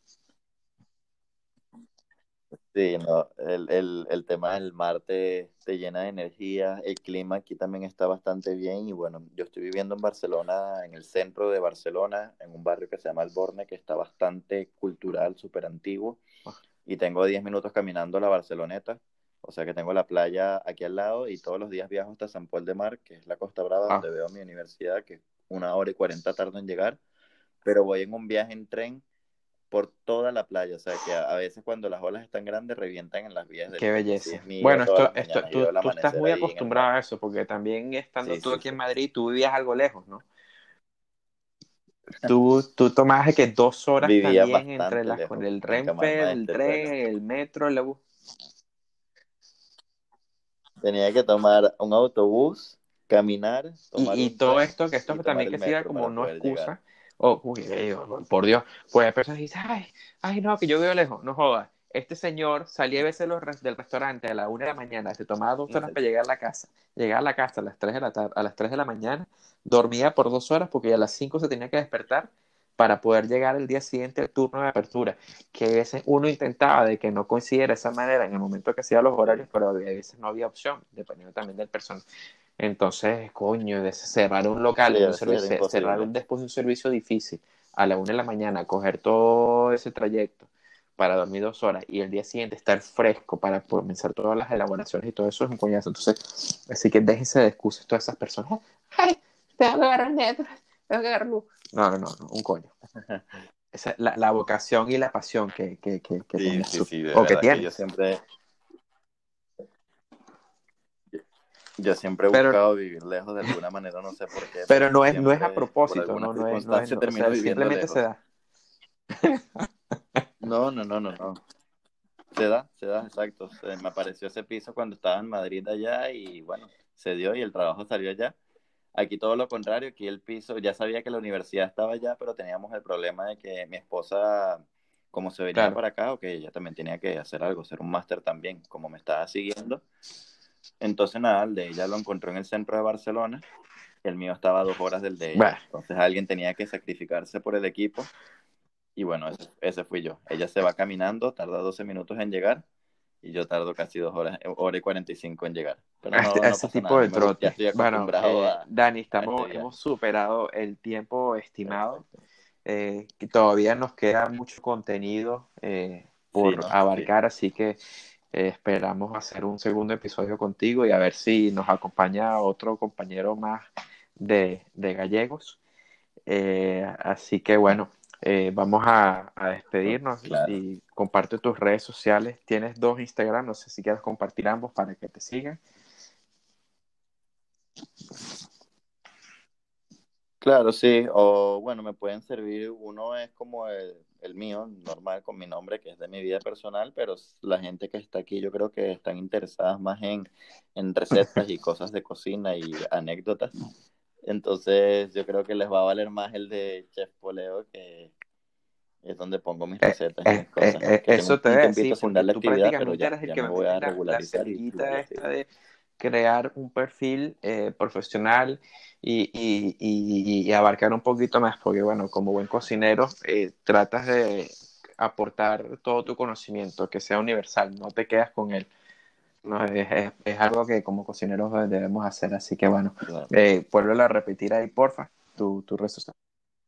Sí, no, el, el, el tema del mar te, te llena de energía, el clima aquí también está bastante bien y bueno, yo estoy viviendo en Barcelona, en el centro de Barcelona, en un barrio que se llama El Borne, que está bastante cultural, súper antiguo y tengo diez minutos caminando a la Barceloneta, o sea que tengo la playa aquí al lado y todos los días viajo hasta San Pol de Mar, que es la Costa Brava, ah, donde veo mi universidad, que una hora y cuarenta tardo en llegar, pero voy en un viaje en tren por toda la playa, o sea que a, a veces cuando las olas están grandes revientan en las vías del qué tren y así es belleza. mi ida Bueno, todas esto, las esto, mañanas y tú, veo el tú estás amanecer muy ahí en el mar. acostumbrado a eso, porque también estando Sí, tú sí, aquí en sí. Madrid, tú vivías algo lejos, ¿no? Tú, tú tomabas que dos horas Vivía también entre bastante las con lejos el en Camar Renfe, el Maestre, pero tren, el metro, el bus. tenía que tomar un autobús, caminar, tomar Y, y un todo tren esto, que y esto tomar también el que siga metro como para no poder llegar. excusa. O, uy, eh, por Dios, pues hay personas que dicen, ay, ay, no, que yo vivo lejos, no jodas. Este señor salía a veces los res- del restaurante a la una de la mañana, se tomaba dos horas para llegar a la casa. Llegaba a la casa a las tres de la tarde, a las tres de la mañana, dormía por dos horas porque a las cinco se tenía que despertar para poder llegar el día siguiente al turno de apertura. Que a veces uno intentaba de que no coincidiera de esa manera en el momento que hacía los horarios, Sí, pero a veces no había opción, dependiendo también del personal. Entonces, coño, de cerrar un local, sí, en a un veces era servicio, cerrar imposible. un, después de un servicio difícil, a la una de la mañana, coger todo ese trayecto para dormir dos horas y el día siguiente estar fresco para comenzar todas las elaboraciones y todo eso es un coñazo. Entonces, así que déjense de excusas todas esas personas. Ay, tengo que agarrar metro, tengo que agarrar luz. No, no, no, no, un coño. Esa es la, la vocación y la pasión que, que, que, que Sí, tenías sí, tú, sí, de o que verdad que yo tienes. siempre, yo siempre he Pero buscado vivir lejos de alguna manera, no sé por qué, Pero pero no es, no es a siempre por propósito, alguna no, no es, no es, circunstancia no, o termino sea, viviendo simplemente se lejos. da. No, no, no, no, no. Se da, se da, exacto. Se- me apareció ese piso cuando estaba en Madrid allá y bueno, se dio y el trabajo salió allá. Aquí todo lo contrario, aquí el piso, ya sabía que la universidad estaba allá, pero teníamos el problema de que mi esposa, como se venía Claro. para acá, o que ella también tenía que hacer algo, hacer un máster también, como me estaba siguiendo. Entonces nada, el de ella lo encontró en el centro de Barcelona, el mío estaba a dos horas del de Bueno, ella. Entonces alguien tenía que sacrificarse por el equipo y bueno, ese, ese fui yo. Ella se va caminando, tarda doce minutos en llegar y yo tardo casi dos horas, hora y cuarenta y cinco en llegar. Pero este, no, no ese pasa nada, tipo a mí de me gusta, ya trote. estoy Bueno, acostumbrado eh, a, Dani, a este estamos, viaje. hemos superado el tiempo estimado. Exacto. Eh, que todavía nos queda mucho contenido eh, Sí, por ¿no? Sí. abarcar, así que eh, esperamos hacer un segundo episodio contigo y a ver si nos acompaña otro compañero más de, de gallegos. Eh, así que bueno, eh, vamos a, a despedirnos Claro. y comparte tus redes sociales. Tienes dos Instagram, no sé si quieres compartir ambos para que te sigan. Claro, sí. O bueno, me pueden servir. Uno es como el, el mío, normal, con mi nombre, que es de mi vida personal, pero la gente que está aquí yo creo que están interesadas más en, en recetas y cosas de cocina y anécdotas. Entonces yo creo que les va a valer más el de Chef Poleo, que es donde pongo mis Eh, recetas y eh, mis eh, cosas. eh, Que tengo eso un, te un voy a tiempito decir, sin porque darle tú actividad, pero prácticamente ya, eres el ya que me me voy metes a la, la regularizar y, y voy semillita a seguir. esta de crear un perfil eh, profesional y, y, y, y, abarcar un poquito más, porque bueno, como buen cocinero, eh, tratas de aportar todo tu conocimiento, que sea universal, no te quedas con él. No, es, es, es algo que como cocineros debemos hacer, así que bueno, Claro. eh, vuelve a repetir ahí, porfa, tu, tu red social.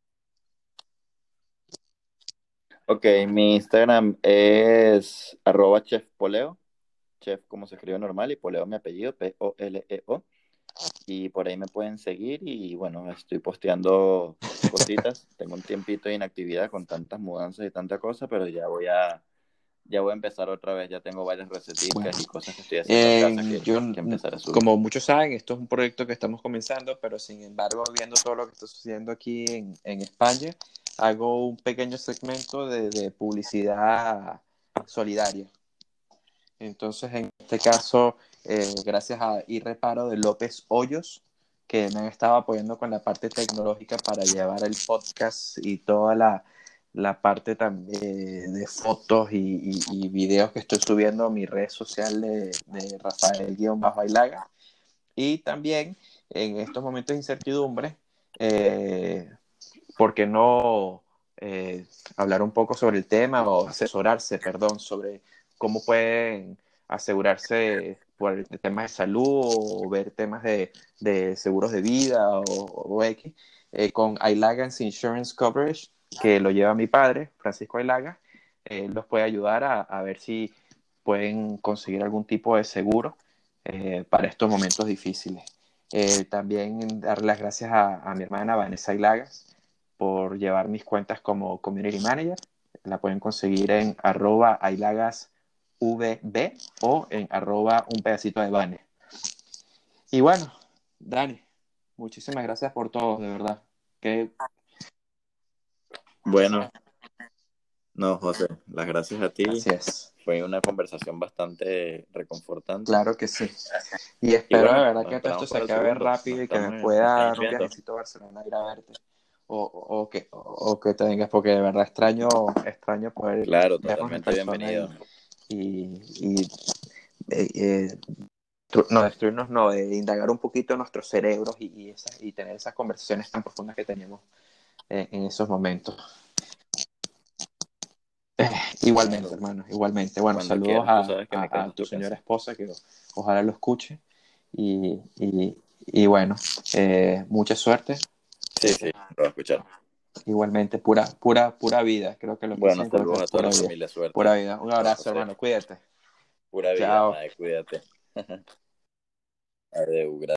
Ok, mi Instagram es arroba chefpoleo, chef como se escribe normal y poleo mi apellido, P O L E O. Y por ahí me pueden seguir y bueno, estoy posteando cositas. Tengo un tiempito de inactividad con tantas mudanzas y tanta cosa, pero ya voy a, ya voy a empezar otra vez. Ya tengo varias Bueno, receticas y cosas que estoy haciendo en casa eh, que, yo, que empezaré a subir. como muchos saben, esto es un proyecto que estamos comenzando, pero sin embargo, viendo todo lo que está sucediendo aquí en, en España, hago un pequeño segmento de, de publicidad solidaria. Entonces, en este caso, eh, gracias a Irreparo de López Hoyos, que me han estado apoyando con la parte tecnológica para llevar el podcast y toda la, la parte también de fotos y, y, y, videos que estoy subiendo a mi red social de, de Rafael-Ailaga. Y también en estos momentos de incertidumbre, eh, ¿por qué no eh, hablar un poco sobre el tema o asesorarse, perdón, sobre cómo pueden asegurarse por el tema de salud o ver temas de, de seguros de vida o, o X eh, con Ailagans Insurance Coverage, que lo lleva mi padre, Francisco Ailaga, eh, los puede ayudar a, a, ver si pueden conseguir algún tipo de seguro eh, para estos momentos difíciles. Eh, también dar las gracias a, a mi hermana Vanessa Ailagas por llevar mis cuentas como Community Manager. La pueden conseguir en arroba ailagasvb o en arroba un pedacito de Vane. Y bueno, Dani, muchísimas gracias por todo, de verdad. Que Bueno, no, José, las gracias a ti. Así es, Fue una conversación bastante reconfortante. claro que sí. Y Y espero de bueno, verdad nos que todo esto esperamos se para el acabe segundo. Nos rápido y que me estamos, nos pueda estamos dar un viendo. viajecito a Barcelona a ir a verte. O, o, o que, o que te vengas, porque de verdad extraño, extraño poder Claro, vernos en totalmente persona y, bienvenido. y, y eh, eh, tru- no destruirnos, no, de indagar un poquito nuestros cerebros y, y, esas- y tener esas conversaciones tan profundas que teníamos en, en esos momentos. Eh, igualmente, Claro, hermano, igualmente. Bueno, cuando saludos quieras, tú a, sabes que mi a, casa a es tu tu señora casa. esposa, que ojalá lo escuche. Y, y, y bueno, eh, mucha suerte. Sí, sí, lo voy a escuchar. Igualmente, pura, pura, pura vida. Creo que lo que Bueno, siento es que saludos a toda pura la vida. familia, suerte. Pura vida. Un Chao, abrazo, José. hermano. Cuídate. Pura vida, Chao. madre, cuídate. Adeu, gracias.